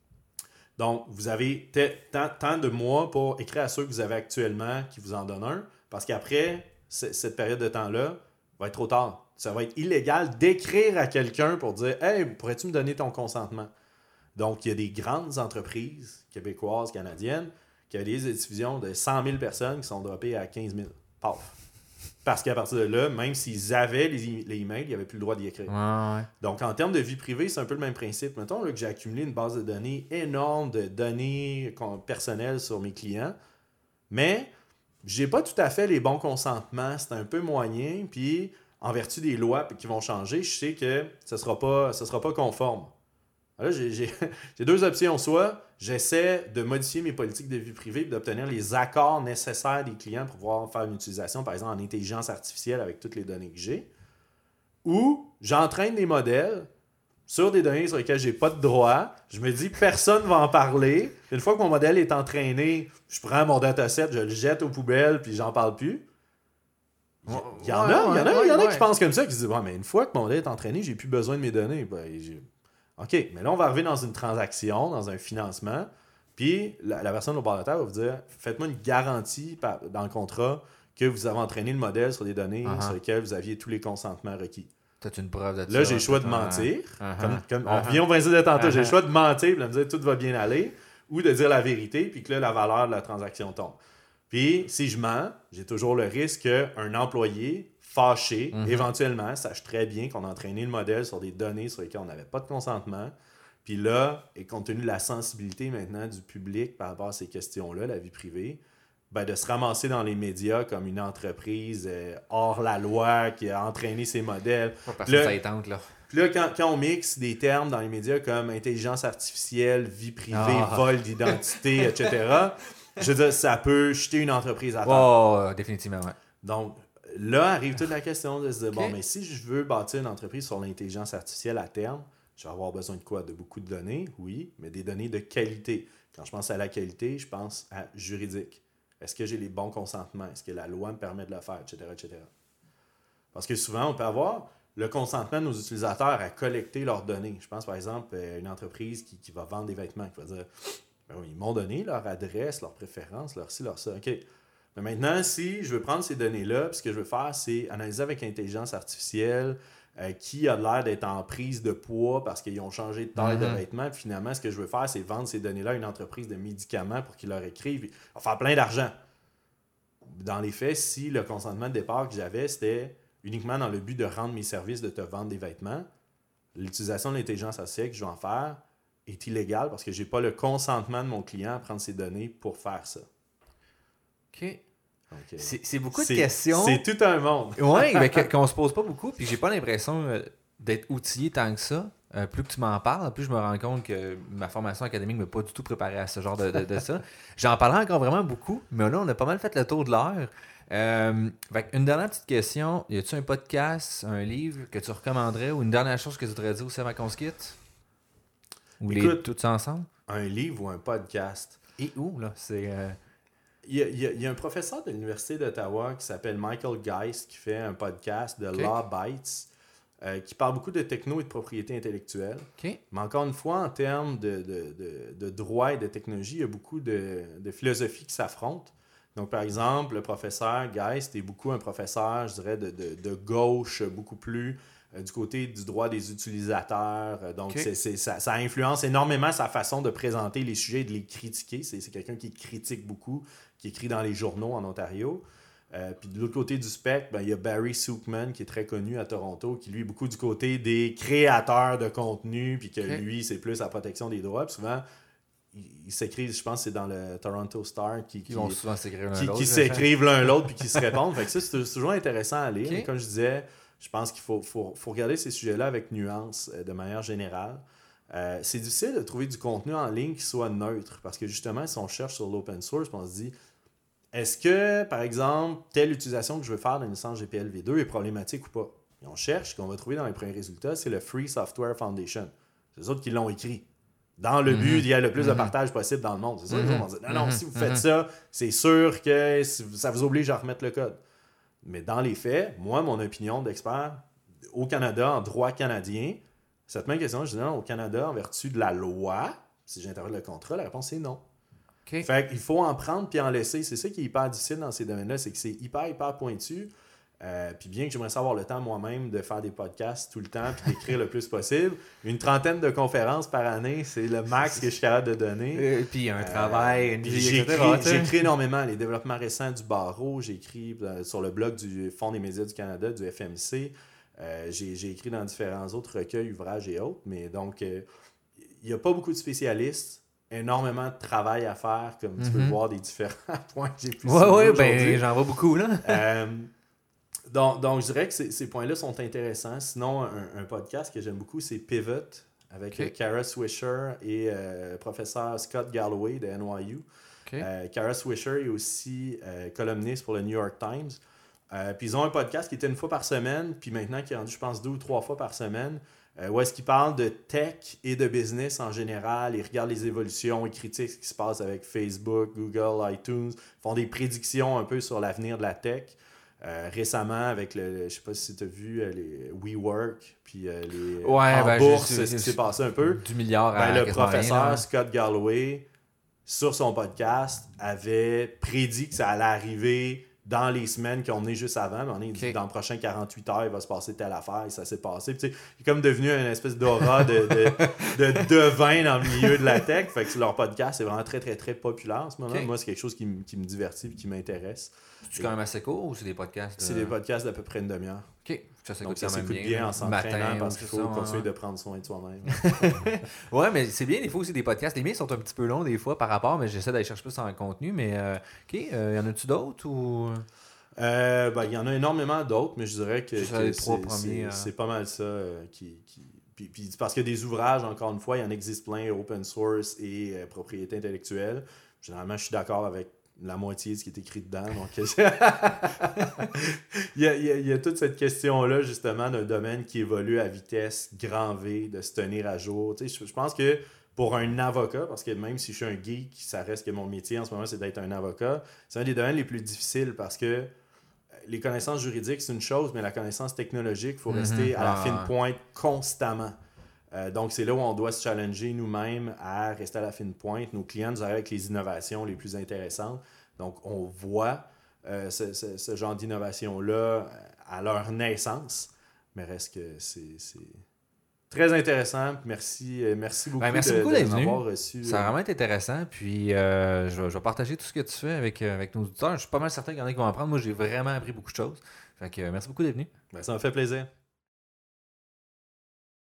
Donc, vous avez t- tant, tant de mois pour écrire à ceux que vous avez actuellement qui vous en donnent un, parce qu'après c- cette période de temps-là, va être trop tard. Ça va être illégal d'écrire à quelqu'un pour dire « Hey, pourrais-tu me donner ton consentement? » Donc, il y a des grandes entreprises québécoises, canadiennes, qui avaient des diffusions de cent mille personnes qui sont droppées à quinze mille. Paf! Parce qu'à partir de là, même s'ils avaient les, e- les emails, ils n'avaient plus le droit d'y écrire. Ouais, ouais. Donc, en termes de vie privée, c'est un peu le même principe. Mettons là, que j'ai accumulé une base de données énorme de données personnelles sur mes clients, mais j'ai pas tout à fait les bons consentements. C'est un peu moyen. Puis, en vertu des lois qui vont changer, je sais que ce ne sera pas, ce sera pas conforme. Là, j'ai, j'ai, j'ai deux options. Soit j'essaie de modifier mes politiques de vie privée et d'obtenir les accords nécessaires des clients pour pouvoir faire une utilisation, par exemple, en intelligence artificielle avec toutes les données que j'ai. Ou j'entraîne des modèles sur des données sur lesquelles je n'ai pas de droit. Je me dis, personne ne va en parler. Une fois que mon modèle est entraîné, je prends mon dataset, je le jette aux poubelles puis j'en parle plus. Il y, y en ouais, a, il y en a, ouais, il y en a ouais. qui pensent comme ça, qui se disent, ouais, mais une fois que mon modèle est entraîné, j'ai plus besoin de mes données. Ben, j'ai... OK, mais là, on va arriver dans une transaction, dans un financement, puis la, la personne au bord de la table va vous dire, faites-moi une garantie par, dans le contrat que vous avez entraîné le modèle sur des données uh-huh. sur lesquelles vous aviez tous les consentements requis. T'as une preuve de ça. Là, j'ai le choix de mentir. Uh-huh. Comme, comme, uh-huh. On revient au principe de tantôt. Uh-huh. J'ai le choix de mentir, puis de me dire tout va bien aller, ou de dire la vérité, puis que là, la valeur de la transaction tombe. Puis, si je mens, j'ai toujours le risque qu'un employé fâché, mm-hmm. éventuellement, sache très bien qu'on a entraîné le modèle sur des données sur lesquelles on n'avait pas de consentement. Puis là, et compte tenu de la sensibilité maintenant du public par rapport à ces questions-là, la vie privée, ben de se ramasser dans les médias comme une entreprise euh, hors la loi qui a entraîné ces modèles. Pas parce que ça y tente, là. Puis là, quand, quand on mixe des termes dans les médias comme intelligence artificielle, vie privée, ah. vol d'identité, et cetera, je veux dire, ça peut jeter une entreprise à terre. Oh, définitivement, ouais. Donc, là arrive toute la question de se dire, okay. bon, mais si je veux bâtir une entreprise sur l'intelligence artificielle à terme, je vais avoir besoin de quoi? De beaucoup de données, oui, mais des données de qualité. Quand je pense à la qualité, je pense à juridique. Est-ce que j'ai les bons consentements? Est-ce que la loi me permet de le faire, et cetera, et cetera. Parce que souvent, on peut avoir le consentement de nos utilisateurs à collecter leurs données. Je pense, par exemple, à une entreprise qui, qui va vendre des vêtements, qui va dire, ben oui, ils m'ont donné leur adresse, leur préférence, leur ci, leur ça. OK. Mais maintenant, si je veux prendre ces données-là, puis ce que je veux faire, c'est analyser avec intelligence artificielle euh, qui a l'air d'être en prise de poids parce qu'ils ont changé de taille mm-hmm. de vêtements. Puis finalement, ce que je veux faire, c'est vendre ces données-là à une entreprise de médicaments pour qu'ils leur écrivent. Ils vont faire plein d'argent. Dans les faits, si le consentement de départ que j'avais, c'était uniquement dans le but de rendre mes services, de te vendre des vêtements, l'utilisation de l'intelligence artificielle que je vais en faire est illégale parce que je n'ai pas le consentement de mon client à prendre ces données pour faire ça. OK. Okay. C'est, c'est beaucoup de c'est, questions. C'est tout un monde. Oui, mais qu'on se pose pas beaucoup. Puis j'ai pas l'impression euh, d'être outillé tant que ça. Euh, plus que tu m'en parles, plus je me rends compte que ma formation académique ne m'a pas du tout préparé à ce genre de, de, de ça. J'en parlerai encore vraiment beaucoup, mais là, on a pas mal fait le tour de l'heure. Euh, fait une dernière petite question. Y a-tu un podcast, un livre que tu recommanderais ou une dernière chose que tu voudrais dire aussi avant qu'on se quitte? Ou Écoute, les tous ensemble? Un livre ou un podcast? Et où, là? C'est... Euh... Il y, a, il, y a, il y a un professeur de l'Université d'Ottawa qui s'appelle Michael Geist qui fait un podcast de okay. Law Bytes euh, qui parle beaucoup de techno et de propriété intellectuelle. Okay. Mais encore une fois, en termes de, de, de, de droit et de technologie, il y a beaucoup de, de philosophies qui s'affrontent. Donc, par exemple, le professeur Geist est beaucoup un professeur, je dirais, de, de, de gauche, beaucoup plus euh, du côté du droit des utilisateurs. Donc, okay. c'est, c'est, ça, ça influence énormément sa façon de présenter les sujets et de les critiquer. C'est, c'est quelqu'un qui critique beaucoup, qui écrit dans les journaux en Ontario. Euh, puis de l'autre côté du spectre, ben, il y a Barry Sookman qui est très connu à Toronto, qui lui est beaucoup du côté des créateurs de contenu, puis que Okay. lui, c'est plus la protection des droits. Puis souvent, ils il s'écrivent, je pense que c'est dans le Toronto Star, qui, Qui qui, vont souvent s'écrire l'un qui, l'autre. qui là, s'écrivent l'un l'autre puis qui se répondent. Fait que ça, c'est, c'est toujours intéressant à lire. Ok. Mais comme je disais, je pense qu'il faut, faut, faut regarder ces sujets-là avec nuance euh, de manière générale. Euh, c'est difficile de trouver du contenu en ligne qui soit neutre parce que justement, si on cherche sur l'open source, on se dit est-ce que, par exemple, telle utilisation que je veux faire d'une licence G P L v deux est problématique ou pas? Et on cherche, ce qu'on va trouver dans les premiers résultats, c'est le Free Software Foundation. C'est eux autres qui l'ont écrit. Dans le Mhm. but d'il y ait le plus de Mhm. partage possible dans le monde. C'est ça, les Mhm. autres vont dire non, non, Mhm. si vous faites Mhm. ça, c'est sûr que ça vous oblige à remettre le code. Mais dans les faits, moi, mon opinion d'expert, au Canada, en droit canadien, cette même question, je dis non, au Canada, en vertu de la loi, si j'interprète le contrat, la réponse est non. Ok. Fait qu'il faut en prendre puis en laisser. C'est ça qui est hyper difficile dans ces domaines-là, c'est que c'est hyper, hyper pointu. Euh, puis bien que j'aimerais savoir le temps moi-même de faire des podcasts tout le temps puis d'écrire le plus possible, une trentaine de conférences par année, c'est le max que je suis capable de donner. Euh, puis un travail, Euh, une puis vie, j'ai et cetera, écrit, tu sais. j'ai écrit énormément les développements récents du barreau, j'ai écrit euh, sur le blog du Fonds des médias du Canada, du F M C, euh, j'ai, j'ai écrit dans différents autres recueils, ouvrages et autres, mais donc il euh, n'y a pas beaucoup de spécialistes, énormément de travail à faire, comme tu Mm-hmm. peux le voir des différents points que j'ai pu Ouais, soulever ouais, aujourd'hui. ben j'en vois beaucoup, là. Euh, donc, donc, je dirais que ces, ces points-là sont intéressants. Sinon, un, un podcast que j'aime beaucoup, c'est Pivot, avec Ok. euh, Kara Swisher et euh, le professeur Scott Galloway de N Y U. Ok. Euh, Kara Swisher est aussi euh, columniste pour le New York Times. Euh, puis ils ont un podcast qui était une fois par semaine, puis maintenant qui est rendu, je pense, deux ou trois fois par semaine, euh, où est-ce qu'ils parlent de tech et de business en général. Ils regardent les évolutions, ils critiquent ce qui se passe avec Facebook, Google, iTunes, font des prédictions un peu sur l'avenir de la tech. Euh, récemment, avec le, le- je sais pas si tu as vu euh, les WeWork, puis euh, les Ouais, en ben, bourse, j'ai- ce qui s'est passé un peu. Du milliard à Ben, le quasiment rien, professeur là. Scott Galloway, sur son podcast, avait prédit que ça allait arriver dans les semaines qui ont mené juste avant. Mais on est dit, Ok. dans les prochains quarante-huit heures, il va se passer telle affaire et ça s'est passé. Puis, tu sais, il est comme devenu une espèce d'aura de, de, de devin dans le milieu de la tech. Fait que leur podcast est vraiment très, très, très populaire en ce moment. Ok. Moi, c'est quelque chose qui, m- qui me divertit et qui m'intéresse. C'est quand même assez court ou c'est des podcasts? C'est de- des podcasts d'à peu près une demi-heure. Ok, ça s'écoute Donc, ça quand même s'écoute bien. bien là. en s'entraînant Matin, parce ou qu'il tout faut ça, continuer ouais. de prendre soin de soi-même. Ouais, mais c'est bien, des fois aussi des podcasts. Les miens sont un petit peu longs des fois par rapport, mais j'essaie d'aller chercher plus en contenu. Mais euh, ok, euh, y en a-tu d'autres ou. Euh, ben, il y en a énormément d'autres, mais je dirais que, Juste que les c'est, trois c'est- premiers, euh. c'est pas mal ça euh, qui... qui... Puis, puis parce que des ouvrages, encore une fois, il y en existe plein, open source et euh, propriété intellectuelle. Généralement, je suis d'accord avec la moitié de ce qui est écrit dedans. Donc, il, y a, il, y a, il y a toute cette question-là, justement, d'un domaine qui évolue à vitesse grand V, de se tenir à jour. Tu sais, je, je pense que pour un avocat, parce que même si je suis un geek, ça reste que mon métier en ce moment, c'est d'être un avocat, c'est un des domaines les plus difficiles parce que les connaissances juridiques, c'est une chose, mais la connaissance technologique, il faut Mhm. rester à la Ah, fine ouais. pointe constamment. Euh, donc, c'est là où on doit se challenger nous-mêmes à rester à la fine pointe. Nos clients nous arrivent avec les innovations les plus intéressantes. Donc, on voit euh, ce, ce- ce genre d'innovation-là euh, à leur naissance. Mais reste que c'est, c'est très intéressant. Merci, euh, merci beaucoup, Ben, merci de, beaucoup de d'être venu. m'avoir reçu. Ça a vraiment été intéressant. Puis euh, je, vais, je vais partager tout ce que tu fais avec, euh, avec nos auditeurs. Je suis pas mal certain qu'il y en a qui vont apprendre. Moi, j'ai vraiment appris beaucoup de choses. Fait que euh, merci beaucoup d'être venu. Ben, ça m'a fait plaisir.